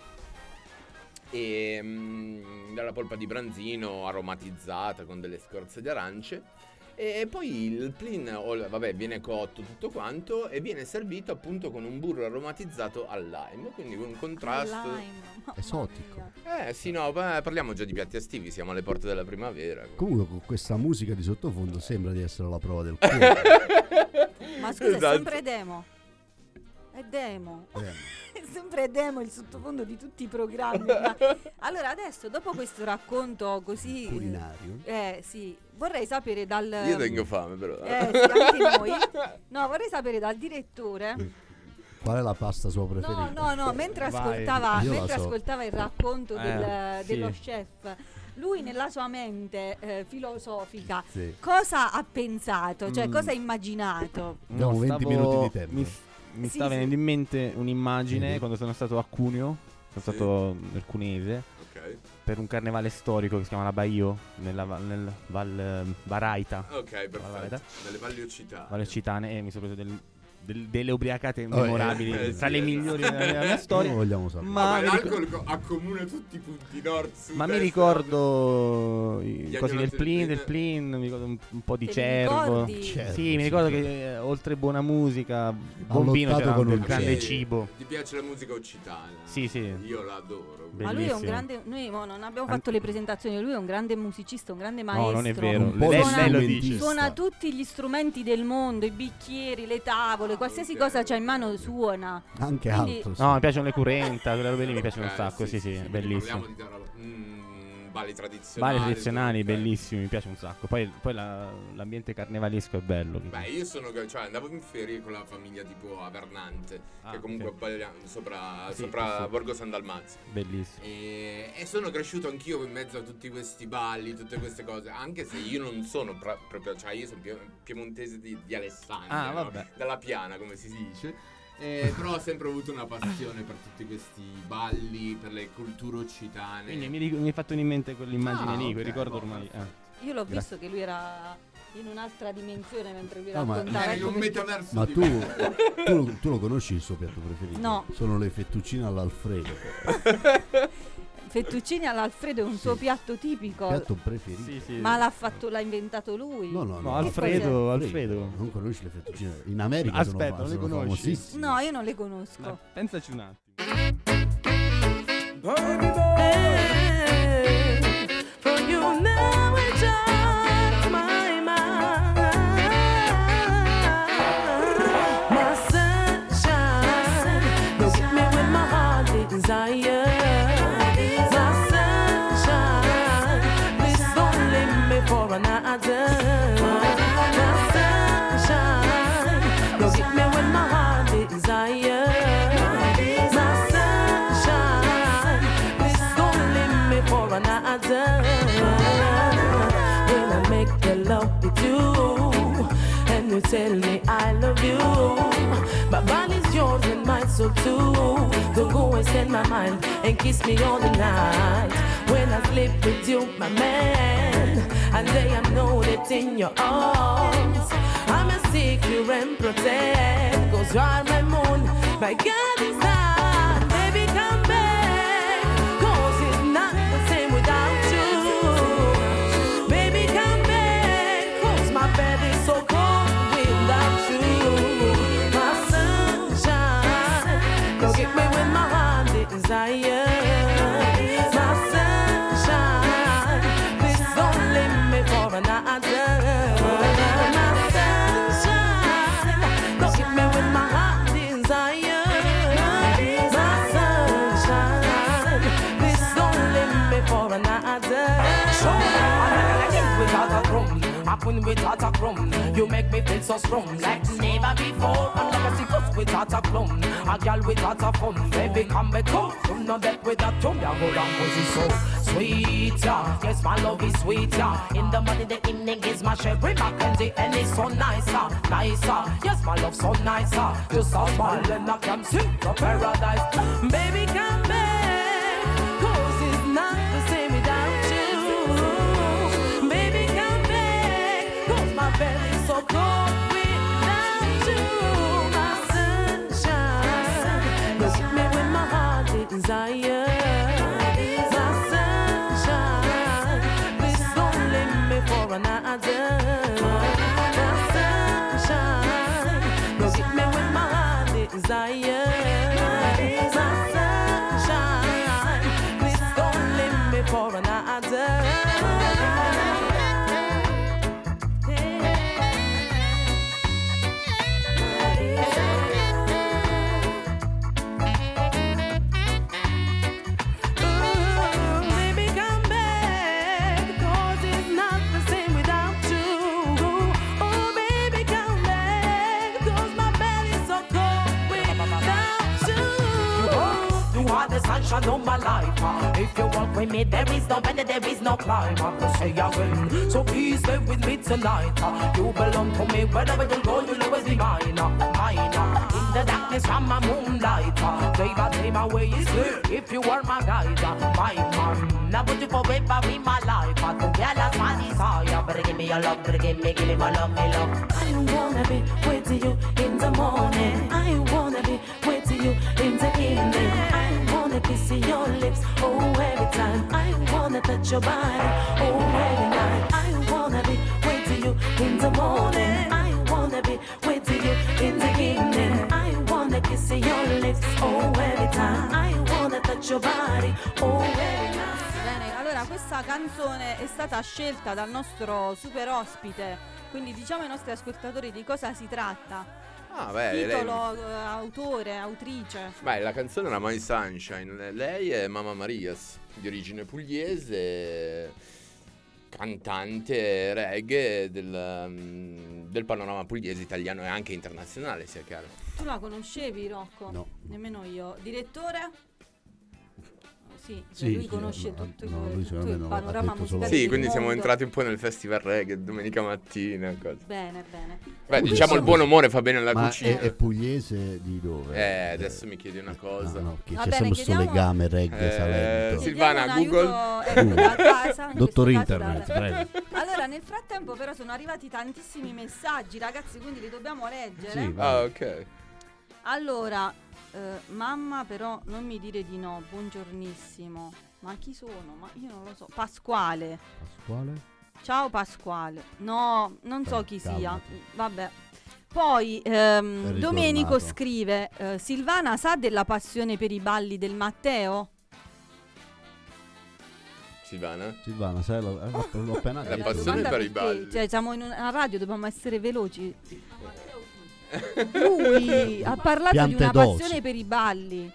e della polpa di branzino aromatizzata con delle scorze di arance. E poi il Plin, vabbè, viene cotto tutto quanto e viene servito appunto con un burro aromatizzato al lime, quindi un contrasto. Esotico. Sì, no, parliamo già di piatti estivi, siamo alle porte della primavera. Comunque con questa musica di sottofondo sembra di essere la prova del cuore. Ma scusa, Esatto. è sempre demo. È demo. È sempre demo il sottofondo di tutti i programmi. Allora, adesso, dopo questo racconto così Culinario. sì, vorrei sapere dal. Io tengo fame però. Sì, anche noi. No, vorrei sapere dal direttore. Qual è la pasta sua preferita? No, mentre Vai. Io la so. ascoltava il racconto sì. dello chef, lui nella sua mente filosofica Sì. cosa ha pensato? Cioè, cosa ha immaginato? Abbiamo 20 minuti di tempo. Mi Sì, sta sì. venendo in mente un'immagine Sì. quando sono stato a Cuneo. Sono Sì. stato nel Cuneese Ok. per un carnevale storico che si chiama la Baio nel Val Baraita. Ok, perfetto. Vabbè. Nelle valli occitane. Valle Occitane, e mi sono preso delle ubriacate memorabili, tra le migliori della mia storia. Non vogliamo sapere. Ma l'alcol accomuna tutti i punti nord, sud, ma mi est, ricordo Gli cose del agnolotti Plin, mi ricordo un po' di Te li Cervo. ricordi? Cervo, Sì, mi sì. ricordo che oltre buona musica, buon vino, lottato c'era con anche il un grande Sì, cibo. Ti piace la musica occitana? Sì, sì. Io la adoro. Ma lui è un Bellissimo. grande. Noi non abbiamo fatto le presentazioni. Lui è un grande musicista, un grande maestro. No, non è vero. Un po' Lei, suona- lei lo strumentista. dice. Suona tutti gli strumenti del mondo, i bicchieri, le tavole, qualsiasi ok. cosa c'ha in mano suona. Anche Quindi- altro. sì. No, mi piacciono le curenta, quelle robe lì mi piacciono un sacco, sì, quindi bellissimo. parliamo di balli tradizionali. Balli tradizionali, comunque. bellissimi, mi piace un sacco. Poi l'ambiente carnevalesco è bello. Beh, io andavo in ferie con la famiglia tipo a Vernante, che comunque ok. è sopra Sì, sopra sì. Borgo San Dalmazio. Bellissimo. E sono cresciuto anch'io in mezzo a tutti questi balli, tutte queste cose. Anche se io non sono proprio, cioè io sono piemontese di Alessandria, Ah, no? vabbè. Dalla Piana, come si dice. Però ho sempre avuto una passione per tutti questi balli, per le culture occitane. Quindi mi è fatto in mente quell'immagine Ah, lì, quel ok, ricordo no, ormai. Io l'ho Grazie. visto che lui era in un'altra dimensione mentre lui No, ma- raccontava. in ecco un perché- metaverso Ma di tu lo conosci il suo piatto preferito? No. Sono le fettuccine all'Alfredo. Fettuccini all'Alfredo è un suo piatto tipico. Piatto preferito. Sì, sì. Ma l'ha inventato lui? No, no, No, no. Alfredo. Non conosci le fettuccine? In America Aspetta, sono, non le sono conosci? famosissime. No, io non le conosco. No, pensaci un attimo. For you now it's just my mind, my sunshine. You hit me with my heart desire, my sunshine. Please don't leave me for another, my sunshine. You hit me with my heart desire, my sunshine. Please don't leave me for another. When I make the love with you and you tell me I love you, my body's yours and my soul too. Don't go and send my mind and kiss me all the night. When I sleep with you, my man, and day I know that in your arms I'm a secure and protect. 'Cause you are my moon, my guiding star. Baby, come back, 'cause it's not the same without you. Baby, come back, 'cause my bed is so cold without you. My sunshine, go get me with my heart desire. My sunshine, please don't leave me for another. My sunshine, go get me with my heart desire. My sunshine, please don't leave me for another. Without a crumb, happen without a crumb. You make me feel so strong, like never before. I'm like a circus without a clown, a girl without a fun. Baby, come back home. I'm not back with a tongue. Yeah, hold on, 'cause it's so sweet, yeah. Yes, my love is sweet, yeah. In the morning, the evening is my Sherry Mackenzie, and it's so nicer, nicer. Yes, my love so nicer. Just a smile and I can sing to paradise. Baby, come back, 'cause it's not the same without you. Baby, come back, 'cause my belly's so cold without you. My sunshine, look at me with my heart desire. My sunshine, please don't leave me for another. My sunshine, look at me with my heart desire. My sunshine, please don't leave me for another. Baby, come back, 'cause it's not the same without you. Oh, baby, come back, 'cause my belly's so cold without you. You are the sunshine of my life. If you walk with me, there is no bend, there is no climb. I will say again, so please stay with me tonight. You belong to me, wherever you go, you'll always be mine, mine. In the darkness from my moonlight, day by day my way is clear. If you are my guide, my man, I want you forever in my life. Together as my desire, but give give me your love, give me my love, me love. I wanna be with you in the morning. I wanna be with you in the evening. I wanna kiss your lips, oh every time. I wanna touch your body, oh every night. I wanna be with you in the morning. I wanna be with you in the evening. I wanna kiss your lips, oh every time. I wanna touch your body, oh every night. Bene, allora questa canzone è stata scelta dal nostro super ospite, quindi diciamo ai nostri ascoltatori di cosa si tratta. Ah, beh, Titolo, autore, autrice. Beh, la canzone era My Sunshine. Lei è Mamma Marias, di origine pugliese, cantante reggae del panorama pugliese, italiano e anche internazionale, sia chiaro. Tu la conoscevi, Rocco? No. Nemmeno io. Direttore? Sì, Sì, lui sì, conosce no, tutto, no, lui tutto secondo me il non panorama l'ha detto solo musicale lui. Sì, del quindi siamo mondo. entrati un po' nel festival reggae domenica mattina. Cosa. Bene, bene. Beh, diciamo il buon umore fa bene alla Ma cucina. è pugliese di dove? Adesso mi chiedi una cosa. No, che Va c'è bene, sempre questo chiediamo- legame reggae Salento. sì. Silvana, Chiediamo un Google. aiuto, da casa, in Dottor questo caso Internet, prego. Allora, nel frattempo però sono arrivati tantissimi messaggi, ragazzi, quindi li dobbiamo leggere. Sì, Ah, ok. Allora, mamma, però non mi dire di no, buongiornissimo. Ma chi sono? Ma io non lo so. Pasquale. Pasquale? Ciao Pasquale. No, non so chi sia. Calmati. Vabbè. Poi ritornato. Domenico scrive: Silvana sa della passione per i balli del Matteo? Silvana? Silvana, sai, l'ho appena La detto. passione Domanda per i te. balli. Cioè, siamo in una radio, dobbiamo essere veloci. Lui ha parlato Piante di una dosi. passione per i balli.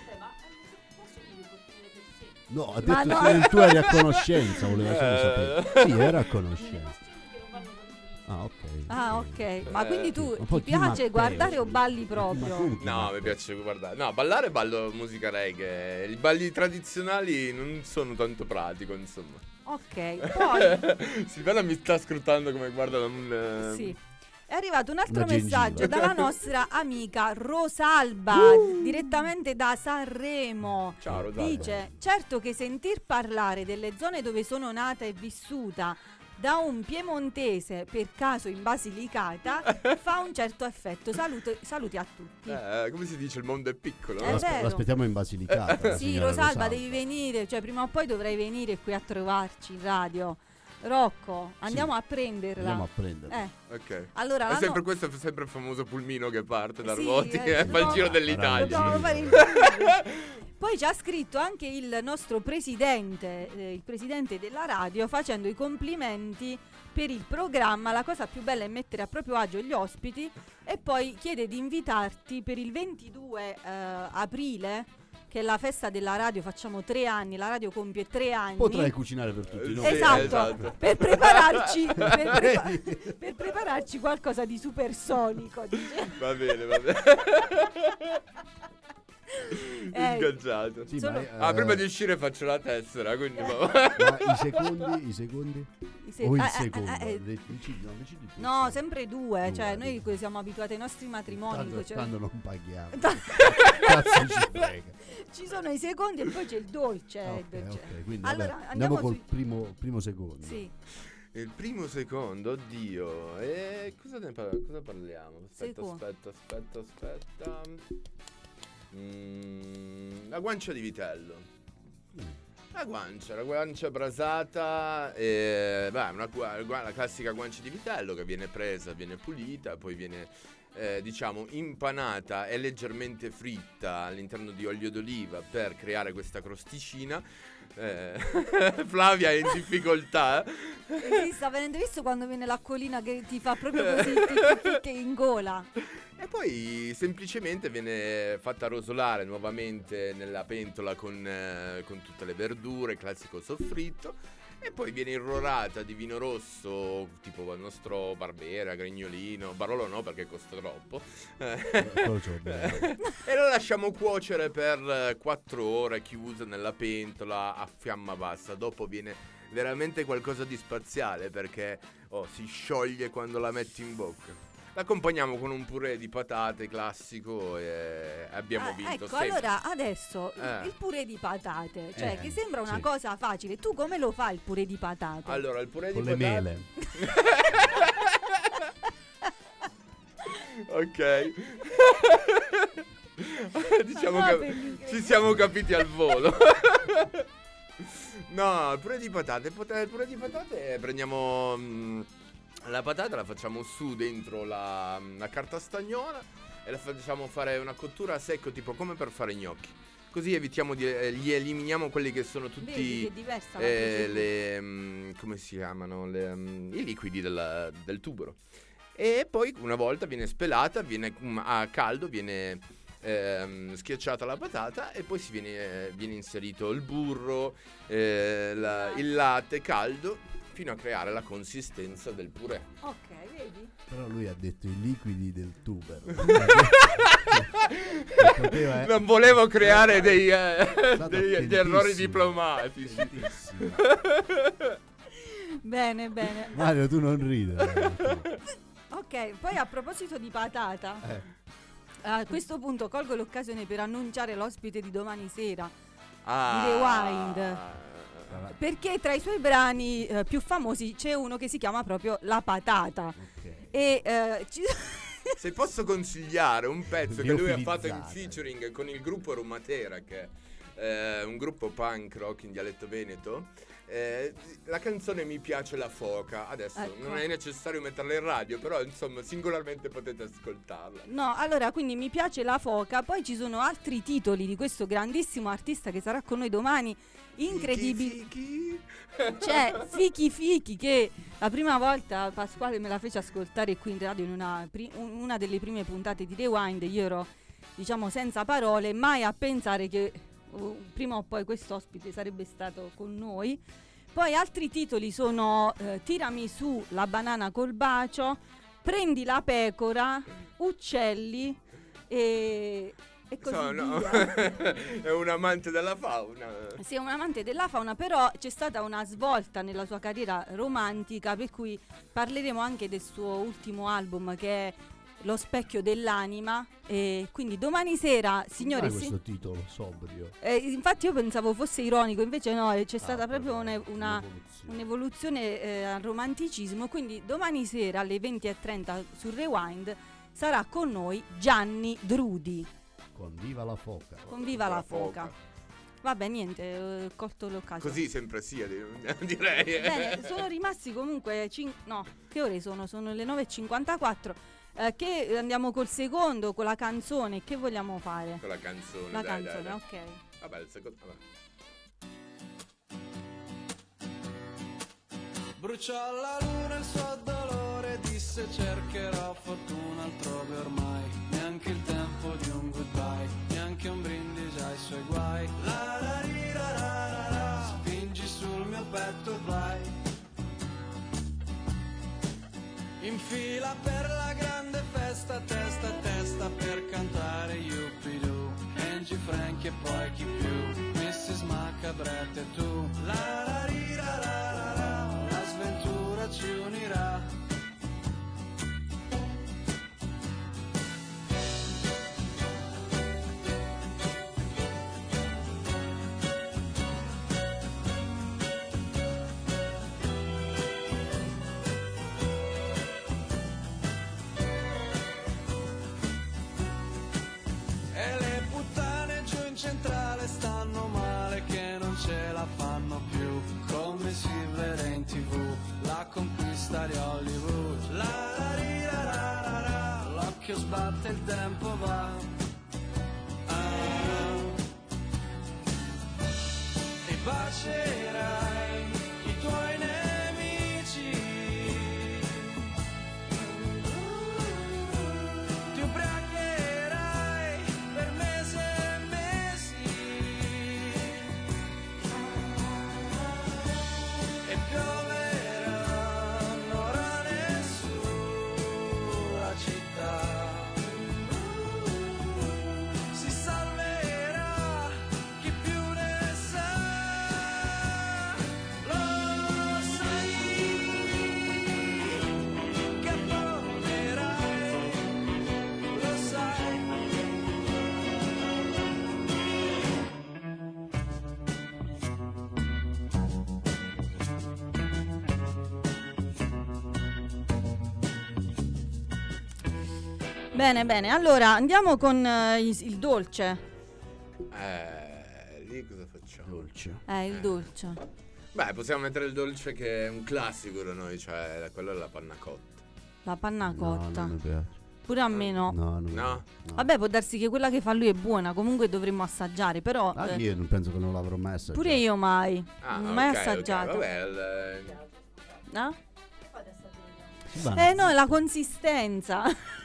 No, ha Ma detto no. che tu eri a conoscenza, voleva solo sapere. Sì, era a conoscenza. Ah, ok. Ah, ok. Ma quindi tu Ma poi ti chi piace Matteo, guardare o scusa? balli Ma proprio? come chi No, Matteo? mi piace guardare. No, ballare ballo musica reggae. I balli tradizionali non sono tanto pratico, insomma. Ok, poi Silvana mi sta scrutando come guarda un... sì. È arrivato un altro Una gengiva. messaggio dalla nostra amica Rosalba, direttamente da Sanremo. Ciao, Rosalba. Dice: certo che sentir parlare delle zone dove sono nata e vissuta da un piemontese per caso in Basilicata fa un certo effetto. Saluti a tutti. Come si dice, il mondo è piccolo. È no? vero. L'aspettiamo in Basilicata. la Sì, signora Rosalba, devi venire, cioè prima o poi dovrai venire qui a trovarci in radio. Rocco, andiamo a prenderla. Andiamo a prenderla. Ok. Allora, È la sempre no- questo, è sempre il famoso pulmino che parte da Sì, Ruoti e fa il dobbiamo- giro dell'Italia. Dobbiamo fare il giro. Poi ci ha scritto anche il nostro presidente, il presidente della radio, facendo i complimenti per il programma. La cosa più bella è mettere a proprio agio gli ospiti, e poi chiede di invitarti per il 22 aprile, che è la festa della radio. Facciamo 3 anni, la radio compie 3 anni. Potrai cucinare per tutti noi. Sì, Esatto, esatto. per prepararci per prepararci qualcosa di supersonico, dice. Va bene, va bene. Ingaggiato. Sì, Solo- Prima di uscire faccio la tessera, quindi ma i secondi? O il secondo? Decidi tu. No, sempre due, Due, cioè due. noi siamo abituati ai nostri matrimoni. Tanto, cioè- tanto non paghiamo. Cazzo ci frega. Ci sono i secondi e poi c'è il dolce. Ok, quindi Allora, vabbè, andiamo col sui- primo secondo. Sì, il primo secondo, oddio. E cosa parliamo? Secondo. Aspetta. La guancia di vitello. La guancia brasata, la classica guancia di vitello che viene presa, viene pulita, poi viene diciamo impanata e leggermente fritta all'interno di olio d'oliva per creare questa crosticina. Flavia è in difficoltà. sì, sta venendo, visto quando viene l'acquolina che ti fa proprio così che in gola. E poi semplicemente viene fatta rosolare nuovamente nella pentola con tutte le verdure, classico soffritto, e poi viene irrorata di vino rosso, tipo il nostro Barbera, Grignolino, Barolo no perché costa troppo, e lo lasciamo cuocere per 4 ore chiuso nella pentola a fiamma bassa. Dopo viene veramente qualcosa di spaziale perché si scioglie quando la metti in bocca. l'accompagniamo con un purè di patate classico e abbiamo vinto. Ecco, sempre. allora adesso il purè di patate, cioè che sembra una sì. cosa facile. Tu come lo fai il purè di patate? Allora, il purè Con di le patate. mele. Ok. Diciamo No, che bellissimo. ci siamo capiti al volo. No, il purè di patate. Il purè di patate prendiamo la patata, la facciamo su dentro la carta stagnola e la facciamo fare una cottura a secco, tipo come per fare gnocchi. Così evitiamo gli eliminiamo quelli che sono tutti Vedi che è diversa la procedura. come si chiamano? I liquidi del tubero. E poi una volta viene spelata, viene a caldo, viene schiacciata la patata e poi viene inserito il burro, il latte caldo fino a creare la consistenza del purè. Ok, vedi? Però lui ha detto i liquidi del tubero. Non volevo creare degli attentissimo. errori diplomatici. Attentissimo. Bene, bene. Mario, tu non ridere. Ok, poi a proposito di patata, a questo punto colgo l'occasione per annunciare l'ospite di domani sera, di Rewind. Perché tra i suoi brani più famosi c'è uno che si chiama proprio La Patata. Ok. E Se posso consigliare un pezzo che lui ha fatto in Liofilizzate. featuring con il gruppo Rumatera, che è un gruppo punk rock in dialetto veneto, la canzone Mi piace la foca. Adesso Ecco. non è necessario metterla in radio, però insomma singolarmente potete ascoltarla. no, allora quindi Mi piace la foca. Poi ci sono altri titoli di questo grandissimo artista che sarà con noi domani. Incredibili. Fichi. C'è Fichi Fichi, che la prima volta Pasquale me la fece ascoltare qui in radio in una delle prime puntate di Rewind. Io ero, diciamo, senza parole, mai a pensare che prima o poi quest'ospite sarebbe stato con noi. Poi altri titoli sono Tirami su la banana col bacio, Prendi la pecora, Uccelli e così via. È un amante della fauna. Sì, è un amante della fauna, però c'è stata una svolta nella sua carriera romantica, per cui parleremo anche del suo ultimo album, che è Lo specchio dell'anima. E quindi domani sera, signore Come e questo titolo sobrio. infatti io pensavo fosse ironico, invece no, c'è stata proprio un'evoluzione. un'evoluzione al romanticismo. Quindi domani sera alle 20:30 su Rewind sarà con noi Gianni Drudi Con Viva la foca. con Viva la foca. Vabbè, niente, ho colto l'occasione. Così sempre sia, direi. Bene, sono rimasti comunque no, che ore sono? Sono le 9:54. Che andiamo col secondo, con la canzone. Che vogliamo fare? Con la canzone. La dai, canzone, dai. ok. Vabbè, il secondo. Vabbè. Bruciò la luna il suo dolore, disse cercherò fortuna altrove ormai. Neanche il tempo di un goodbye, neanche un brindisi ai suoi guai. La la ri ra ra ra ra, spingi sul mio petto e vai. In fila per la grande festa, testa a testa per cantare Yuppidoo. Angie Franchi e poi chi più, Mrs. Macabretta e tu. La la ri ra ra ra ra, la sventura ci unirà. E le puttane giù in centrale stanno male che non ce la fanno più, come si vede in TV, la conquista di Hollywood. La la ri ra ra ra ra, l'occhio sbatte il tempo va. E bacerai i tuoi nemici, ti ubriacherai per mesi e mesi e pioveranno rane sulla città. Bene, allora andiamo con il dolce. Lì cosa facciamo? Dolce. Il dolce. Beh, possiamo mettere il dolce che è un classico da noi, cioè quello è la panna cotta. La panna No, cotta. non mi piace. Pure a me no. No? Vabbè, può darsi che quella che fa lui è buona, comunque dovremmo assaggiare, però Anche io non penso che non l'avrò mai assaggiato. pure io mai. mai ok, assaggiato. Vabbè, No? Va. No, è la consistenza.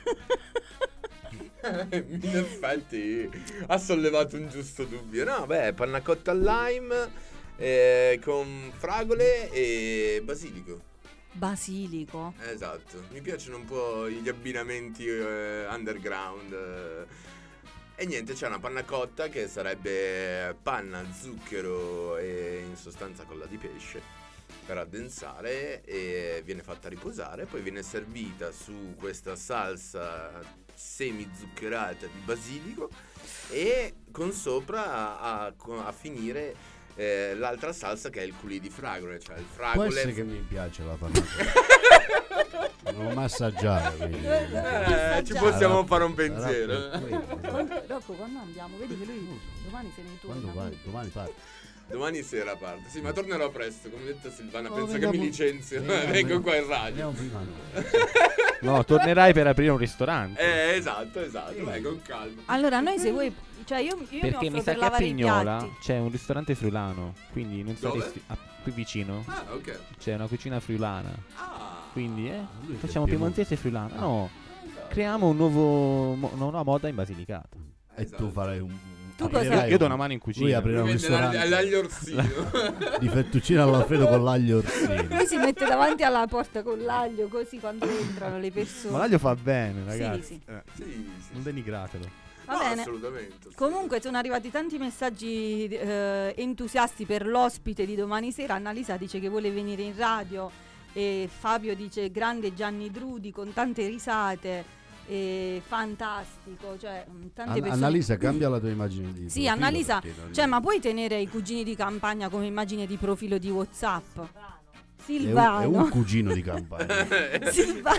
in effetti ha sollevato un giusto dubbio. No, beh, panna cotta al lime con fragole e basilico. Basilico. Esatto, mi piacciono un po' gli abbinamenti underground. E niente, c'è una panna cotta che sarebbe panna, zucchero e in sostanza colla di pesce per addensare, e viene fatta riposare, poi viene servita su questa salsa semi zuccherata di basilico e con sopra a finire l'altra salsa che è il coulis di fragole, cioè il fragole. Può essere che mi piace la panna cotta. Non l'ho mai assaggiato, quindi. Ci possiamo fare un pensiero. Rocco, quando andiamo? Vedi che lui domani se ne torna. Quando vai? Domani parte. Domani sera parte. Sì, ma tornerò presto. Come detto Silvana, Oh, pensa che vediamo. mi licenzio. Vengo qua in radio. Andiamo prima noi. No, tornerai per aprire un ristorante. Esatto. Vai con calma. Allora, noi se vuoi, cioè io mi Perché offro mi sa per che a lavare i Pignola piatti. c'è un ristorante friulano, quindi non Dove? saresti qui vicino. Ah, ok. C'è una cucina friulana. Ah. Quindi Lui è facciamo del piemontese friulano. Ah. No, creiamo una nuova moda in Basilicata. E tu farai un. Tu cosa- aprirai Io do un- una mano in Lui cucina. aprirà un Vende ristorante l'aglio orsino. di fettuccine all'alfredo con l'aglio orsino. Lui si mette davanti alla porta con l'aglio, così quando entrano le persone. Ma l'aglio fa bene, ragazzi. Sì. Sì. Non denigratelo. Va No, bene. assolutamente. Comunque sono arrivati tanti messaggi entusiasti per l'ospite di domani sera. Annalisa dice che vuole venire in radio, e Fabio dice grande Gianni Drudi con tante risate, fantastico, cioè tante persone. Annalisa, cambia la tua immagine di Sì, profilo, Annalisa, perché non- cioè ma puoi tenere i cugini di campagna come immagine di profilo di WhatsApp? è Silvano. un cugino di campagna. Silvano.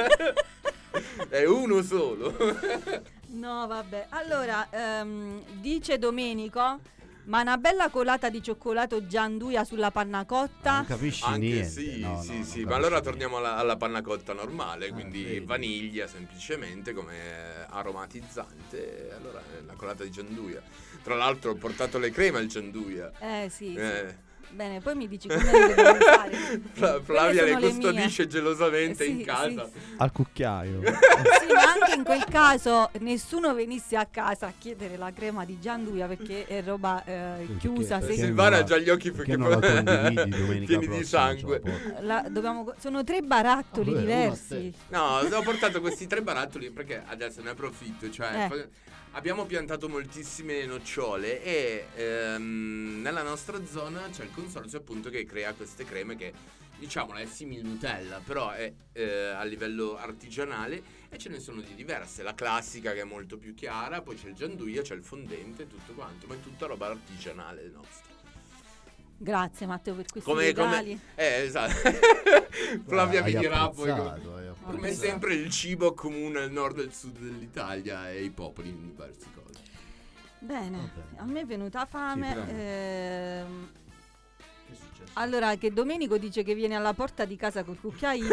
È uno solo. No, vabbè. Allora, dice Domenico, ma una bella colata di cioccolato gianduia sulla panna cotta. Non capisci Anche niente. sì, No, sì, non sì. capisci Ma allora niente. torniamo alla panna cotta normale, quindi vedi. vaniglia semplicemente come aromatizzante. Allora è una colata di gianduia. Tra l'altro ho portato le creme al gianduia. Sì. Eh, Bene, poi mi dici come le devo fare. Flavia le sono le custodisce mie. gelosamente Sì, in casa. sì. Al cucchiaio. Sì, ma anche in quel caso nessuno venisse a casa a chiedere la crema di gianduia perché è roba chiusa. perché se- Silvana non ha già gli occhi perché non la condividi domenica pieni di prossima, sangue. insomma, sono 3 barattoli Vabbè, uno a diversi. No, ho portato questi 3 barattoli perché adesso ne approfitto. Cioè, abbiamo piantato moltissime nocciole e nella nostra zona c'è il consorzio appunto che crea queste creme che diciamo è simile Nutella, però è a livello artigianale e ce ne sono di diverse. La classica che è molto più chiara, poi c'è il gianduia, c'è il fondente e tutto quanto, ma è tutta roba artigianale nostra. Grazie Matteo per questi Come, regali. esatto. Flavia mi hai dirà poi apprezzato, hai come apprezzato. sempre il cibo comune al nord e al sud dell'Italia e i popoli in diverse cose. Bene, Vabbè. a me è venuta fame. Sì, prego. Che è successo? Allora, che Domenico dice che viene alla porta di casa col cucchiaino.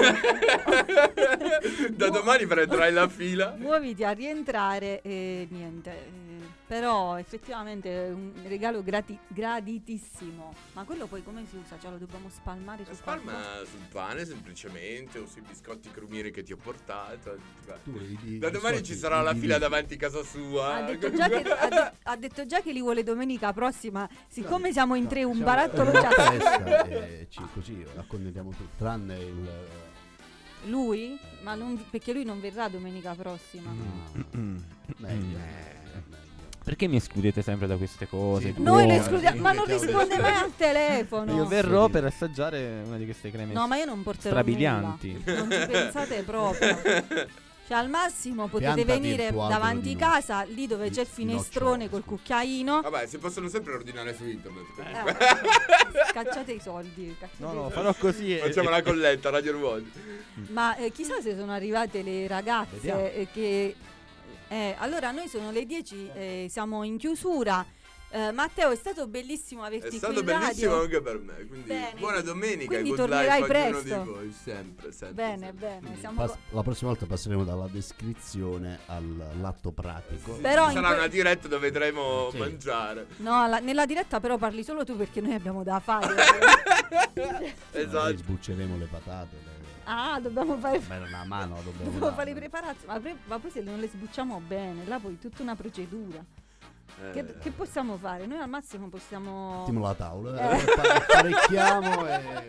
Da domani prenderai la fila. Muoviti a rientrare e niente. Però effettivamente è un regalo graditissimo. Ma quello poi come si usa? Cioè lo dobbiamo spalmare su qualcosa? Spalma sul pane semplicemente o sui biscotti crumiri che ti ho portato. Tu, Da domani ci sarà la fila davanti a casa sua. Ha detto già che, ha detto già che li vuole domenica prossima. Siccome siamo in 3, un barattolo già. testa e così accontentiamo tutti, tranne il Lui? Ma perché lui non verrà domenica prossima. meglio. Perché mi escludete sempre da queste cose? Sì, Noi le buone, escludiamo, sì, ma non mettiamo risponde le- mai al telefono. Io verrò per assaggiare una di queste creme No, ma io non porterò strabilianti. nulla. Non ci pensate proprio. Cioè al massimo potete Piantati venire il tuo albero davanti di casa, lì dove c'è il finestrone col cucchiaino. Vabbè, si possono sempre ordinare su internet. Cacciate i soldi. No, farò così. Facciamo la colletta, Radio Ruoti. Ma chissà se sono arrivate le ragazze Vediamo. che... allora noi sono le 10, siamo in chiusura. Matteo, è stato bellissimo averti È qui stato in bellissimo radio. anche per me. Quindi Bene. buona domenica Quindi e good tornerai life a ognuno presto. di voi. Sempre. Bene, bene. Siamo La prossima volta passeremo dalla descrizione all'atto pratico. Però in sarà que- una diretta dove vedremo Sì. mangiare. No, nella diretta però parli solo tu perché noi abbiamo da fare. Noi Esatto. sbucceremo le patate. Dobbiamo fare... Beh, una mano dobbiamo Dobbiamo dare. fare le preparazioni, ma poi se non le sbucciamo bene, là poi tutta una procedura. Che possiamo fare? Noi al massimo possiamo... Mettiamo la tavola, apparecchiamo e...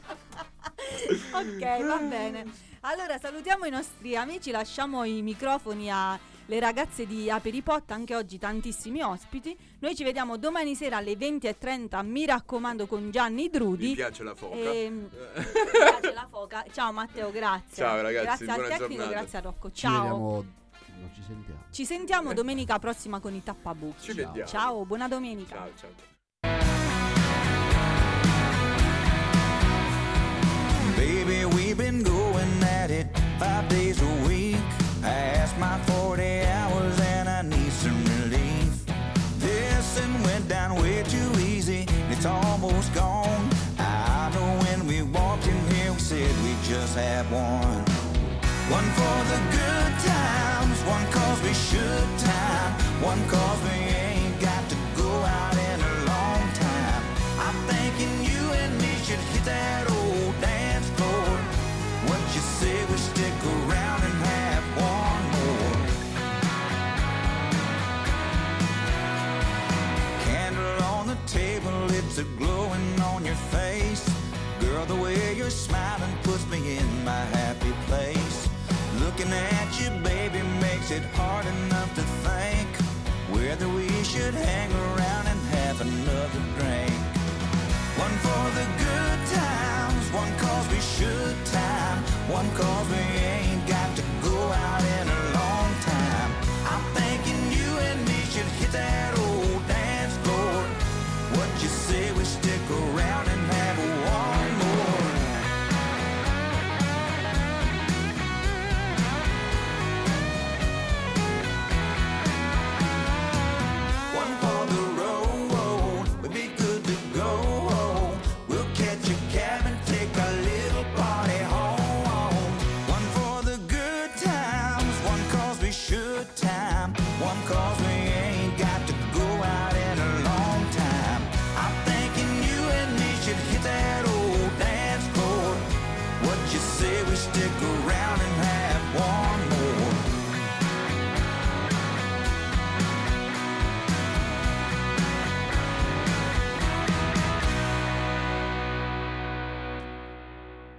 Ok, va bene. Allora salutiamo i nostri amici, lasciamo i microfoni alle ragazze di Aperipot, anche oggi tantissimi ospiti. Noi ci vediamo domani sera alle 20:30, mi raccomando, con Gianni Drudi. Mi piace la foca. Mi piace la foca. Ciao Matteo, grazie. Ciao, ragazzi, grazie al buona tecnico, giornata. grazie a Rocco. Ci Ciao. vediamo... Non ci sentiamo. Ci sentiamo domenica prossima con i Tappabuchi. Ci vediamo. Ciao, buona domenica. Ciao. Baby, we've been going at it 5 days a week. I asked my 40 hours and I need some relief. This and went down way too easy. It's almost gone. I know when we walked in here we said we just had one. One for the good times, one cause we should time, one cause we ain't got to go out in a long time. I'm thinking you and me should hit that old dance floor. What you say we stick around and have one more. Candle on the table, it's a glowing on your face. Girl, the way you're smiling puts me in my happy place. Looking at you, baby, makes it hard enough to think whether we should hang around and have another drink. One for the good times, one cause we should time, one cause we ain't got to go out in a long time. I'm thinking you and me should hit that old dance floor. What you say we stick around and have one more. One for the road, we'd be good to go. We'll catch a cab and take a little party home. One for the good times, one cause we should time, one cause we ain't got to go out in a long time. I'm thinking you and me should hit that old dance floor. What you say we stick around and have